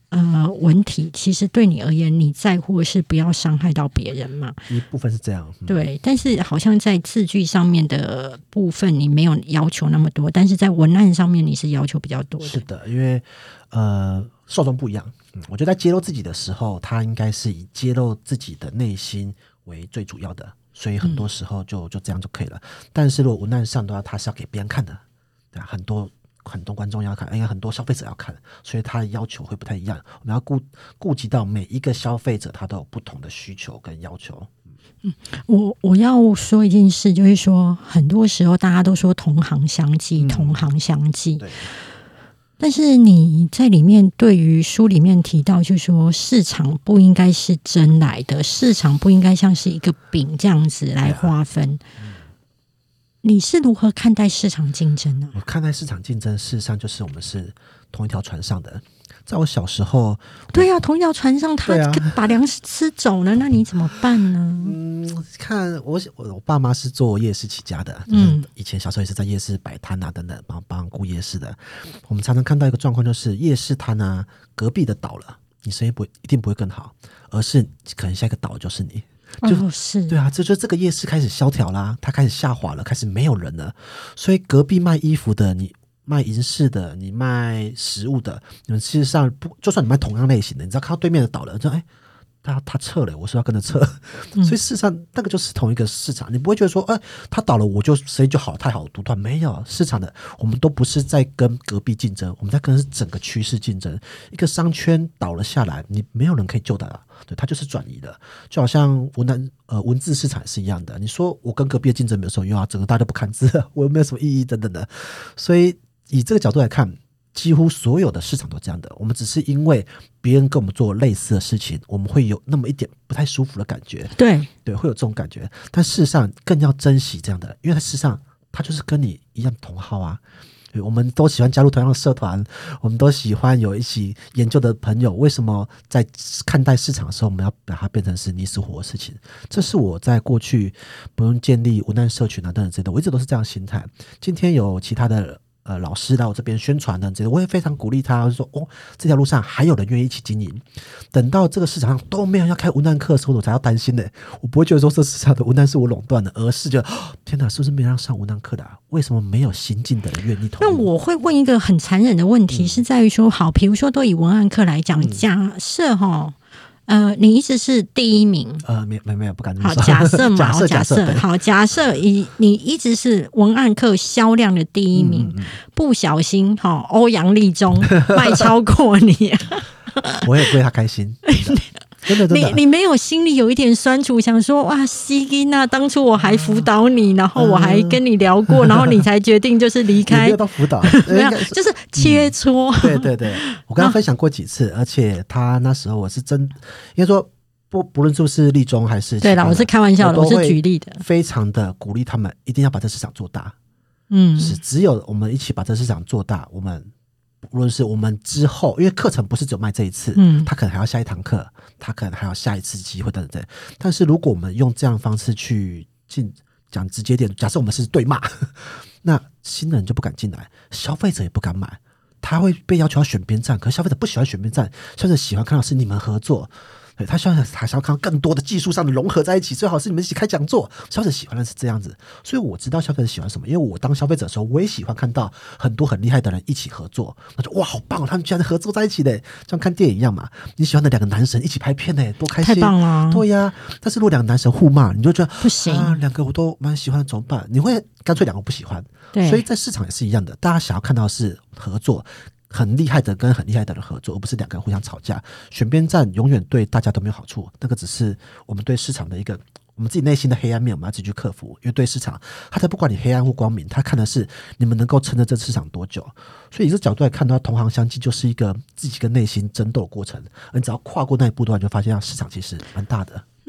文体，其实对你而言，你在乎的是不要伤害到别人嘛？ 一部分是这样， 对。但是好像在字句上面的部分，你没有要求那么多，但是在文案上面你是要求比较多的。 是的，因为受众不一样。我觉得在揭露自己的时候，他应该是以揭露自己的内心为最主要的，所以很多时候就这样就可以了。但是如果文案上的话，他是要给别人看的，对啊，很多观众要看，应该很多消费者要看，所以他的要求会不太一样。我们要顾及到每一个消费者，他都有不同的需求跟要求。 我要说一件事，就是说很多时候大家都说同行相忌，同行相忌。 对。 但是你在里面对于书里面提到，就是说市场不应该是真来的，市场不应该像是一个饼这样子来划分。你是如何看待市场竞争呢？ 我看待市场竞争，事实上就是我们是同一条船上的。在我小时候， 对啊，同一条船上，他把粮食吃走了，那你怎么办呢？ 看我爸妈是做夜市起家的，以前小时候也是在夜市摆摊啊等等，帮顾夜市的。我们常常看到一个状况，就是夜市摊啊，隔壁的倒了，你生意一定不会更好，而是可能下一个倒就是你。 是对啊，就这个夜市开始萧条啦，它开始下滑了，开始没有人了，所以隔壁卖衣服的，你卖银饰的，你卖食物的，你们事实上就算你卖同样类型的，你知道看到对面的倒了，就他撤了，我是要跟着撤，所以事实上那个就是同一个市场，你不会觉得说，他倒了我就生意就好，太好独断，没有市场的，我们都不是在跟隔壁竞争，我们在跟是整个趋势竞争。一个商圈倒了下来，你没有人可以救的了，对，它就是转移的，就好像文字市场也是一样的。你说我跟隔壁的竞争没有什么用啊，整个大家都不看字，我又没有什么意义等等的，所以以这个角度来看。几乎所有的市场都这样的，我们只是因为别人跟我们做类似的事情，我们会有那么一点不太舒服的感觉，对，会有这种感觉。但事实上更要珍惜这样的，因为事实上他就是跟你一样同好啊。我们都喜欢加入同样的社团，我们都喜欢有一起研究的朋友。为什么在看待市场的时候，我们要把它变成是你死活的事情？这是我在过去不用建立文案社群啊等等之类的，我一直都是这样心态。今天有其他的老师来我这边宣传的，我也非常鼓励他，我就说这条路上还有人愿意一起经营。等到这个市场上都没有要开文案课的时候，我才要担心的。我不会觉得说这市场的文案是我垄断的，而是觉得天哪，是不是没有人上文案课的为什么没有新进的人愿意投入？ 那我会问一个很残忍的问题，是在于说，好，比如说都以文案课来讲，假设你一直是第一名， 没有不敢这么说。 好，假设嘛， 假设好，假设你一直是文案课销量的第一名，不小心欧阳立中卖超过你， 我也为他开心。真的你没有心里有一点酸楚，想说哇，西金啊，当初我还辅导你，然后我还跟你聊过，然后你才决定就是离开。 没有到辅导， 没有，就是切磋。 对，我跟他分享过几次，而且他那时候我是真，应该说不论是不是立中还是对啦，我是开玩笑的，我是举例的， 非常的鼓励他们一定要把这市场做大。是只有我们一起把这市场做大，我们。无论是我们之后，因为课程不是只有卖这一次，他可能还要下一堂课，他可能还有下一次机会等等。但是如果我们用这样的方式去讲直接点，假设我们是对骂，那新人就不敢进来，消费者也不敢买，他会被要求要选边站，可是消费者不喜欢选边站，消费者喜欢看到是你们合作。对，他想要看到更多的技术上的融合在一起，最好是你们一起开讲座。消费者喜欢的是这样子，所以我知道消费者喜欢什么，因为我当消费者的时候，我也喜欢看到很多很厉害的人一起合作。我就哇，好棒哦，他们居然合作在一起的，像看电影一样嘛。你喜欢的两个男神一起拍片呢，多开心！ 太棒了， 对呀。但是如果两个男神互骂，你就觉得不行啊，两个我都蛮喜欢，怎么办？你会干脆两个不喜欢。 对， 所以在市场也是一样的，大家想要看到的是合作。很厉害的跟很厉害的人合作，而不是两个人互相吵架。选边站永远对大家都没有好处，那个只是我们对市场的一个我们自己内心的黑暗面，我们要自己去克服。因为对市场，他才不管你黑暗或光明，他看的是你们能够撑着这市场多久。所以以这角度来看的话，同行相忌就是一个自己跟内心争斗的过程。而你只要跨过那一步的话，你就发现市场其实蛮大的。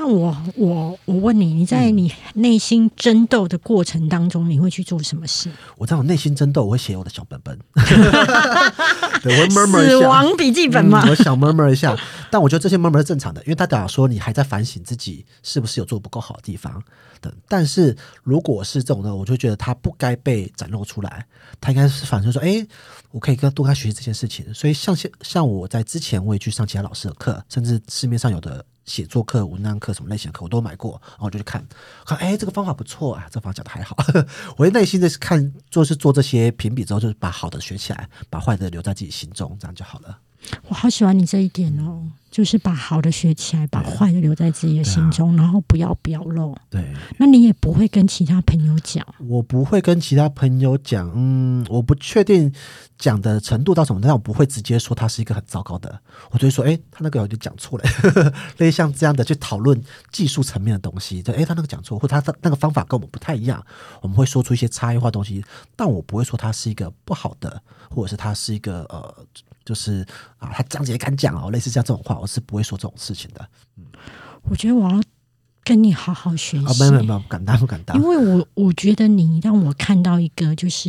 那我问你，你在你内心争斗的过程当中，你会去做什么事？ 我在我内心争斗，我会写我的小本本，对，我会 murmur 一下死亡笔记本吗？ 我想 murmur 一下，但我觉得这些 murmur 是正常的，因为他代表说你还在反省自己是不是有做不够好的地方的。但是如果是这种的，我就觉得他不该被展露出来，他应该是反正说，我可以多跟他学习这件事情。所以像我在之前我也去上其他老师的课，甚至市面上有的写作课、文案课什么类型的课我都买过，然后我就去看，这个方法不错啊，这个方法讲的还好。我会内心的看，就是做这些评比之后，就是把好的学起来，把坏的留在自己心中，这样就好了。 我好喜欢你这一点哦，就是把好的学起来，把坏的留在自己的心中，然后不要表露。 对， 那你也不会跟其他朋友讲？ 我不会跟其他朋友讲，我不确定讲的程度到什么，但我不会直接说他是一个很糟糕的，我就会说，他那个有点讲错了，类似像这样的去讨论技术层面的东西，就他那个讲错，或者他那个方法跟我们不太一样，我们会说出一些差异化的东西，但我不会说他是一个不好的，或者是他是一个就是他讲也敢讲类似像这种话，我是不会说这种事情的。 我觉得我要跟你好好学习。 没有，不敢当，不敢当。 因为我觉得你让我看到一个，就是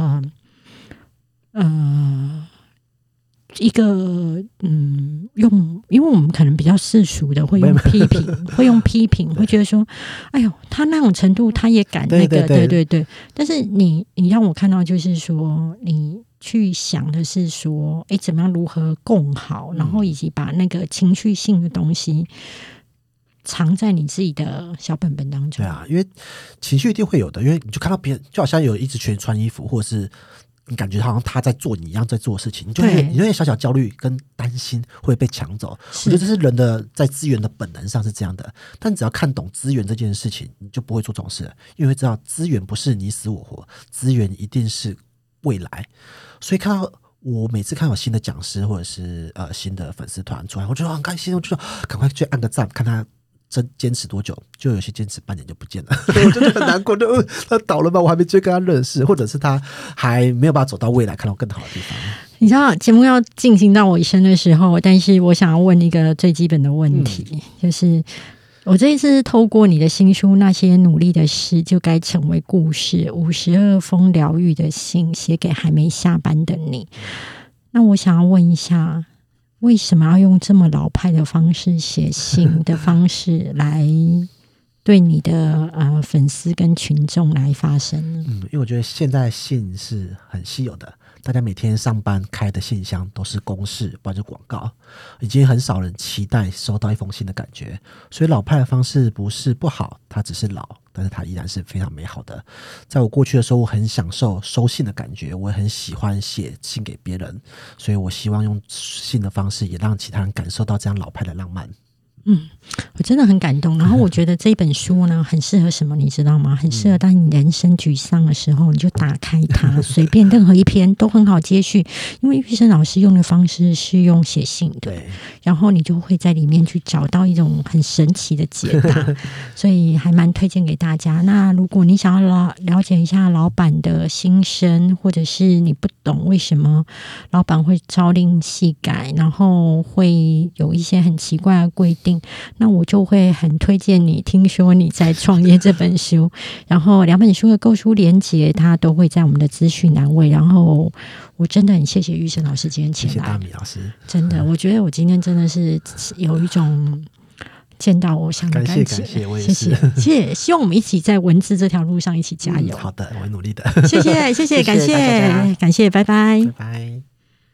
一个因为我们可能比较世俗的会用批评，会觉得说，哎呦，他那种程度他也敢那个，对。但是你让我看到，就是说你去想的是说，怎么样如何共好，然后以及把那个情绪性的东西藏在你自己的小本本当中。 对啊，因为情绪一定会有的，因为你就看到别人，就好像有一直群穿衣服，或者是你感觉好像他在做你一样在做的事情，你就会有点小小焦虑跟担心会被抢走。我觉得这是人的在资源的本能上是这样的，但只要看懂资源这件事情，你就不会做这种事了，因为会知道资源不是你死我活，资源一定是未来。所以看到我每次看到新的讲师或者是新的粉丝团出来，我觉得很开心，我就说赶快去按个赞，看他坚持多久，就有些坚持半年就不见了，我就觉得很难过，就他倒了吧，我还没追跟他认识，或者是他还没有办法走到未来，看到更好的地方。 你知道节目要进行到尾声的时候，但是我想要问一个最基本的问题，就是我这一次透过你的新书《那些努力的事就该成为故事》，52封疗愈的信写给还没下班的你。那我想要问一下，为什么要用这么老派的方式写信的方式来对你的粉丝跟群众来发声呢？ 因为我觉得现在信是很稀有的，大家每天上班开的信箱都是公事，不然就广告，已经很少人期待收到一封信的感觉。所以老派的方式不是不好，它只是老，但是它依然是非常美好的。在我过去的时候，我很享受收信的感觉，我也很喜欢写信给别人，所以我希望用信的方式也让其他人感受到这样老派的浪漫。 我真的很感动。然后我觉得这本书呢，很适合什么，你知道吗？很适合当你人生沮丧的时候，你就打开它，随便任何一篇都很好接续。因为玉生老师用的方式是用写信的，然后你就会在里面去找到一种很神奇的解答，所以还蛮推荐给大家。那如果你想要了解一下老板的心声，或者是你不懂为什么老板会朝令夕改，然后会有一些很奇怪的规定，那我就会很推荐你听说你在创业这本书，然后2本书的购书连结它都会在我们的资讯栏位。然后我真的很谢谢玉生老师今天前来， 谢谢大米老师， 真的我觉得我今天真的是有一种见到偶像的感觉。 感谢，我也是， 谢谢，希望我们一起在文字这条路上一起加油。 好的，我会努力的。 谢谢，感谢，拜拜， 拜拜。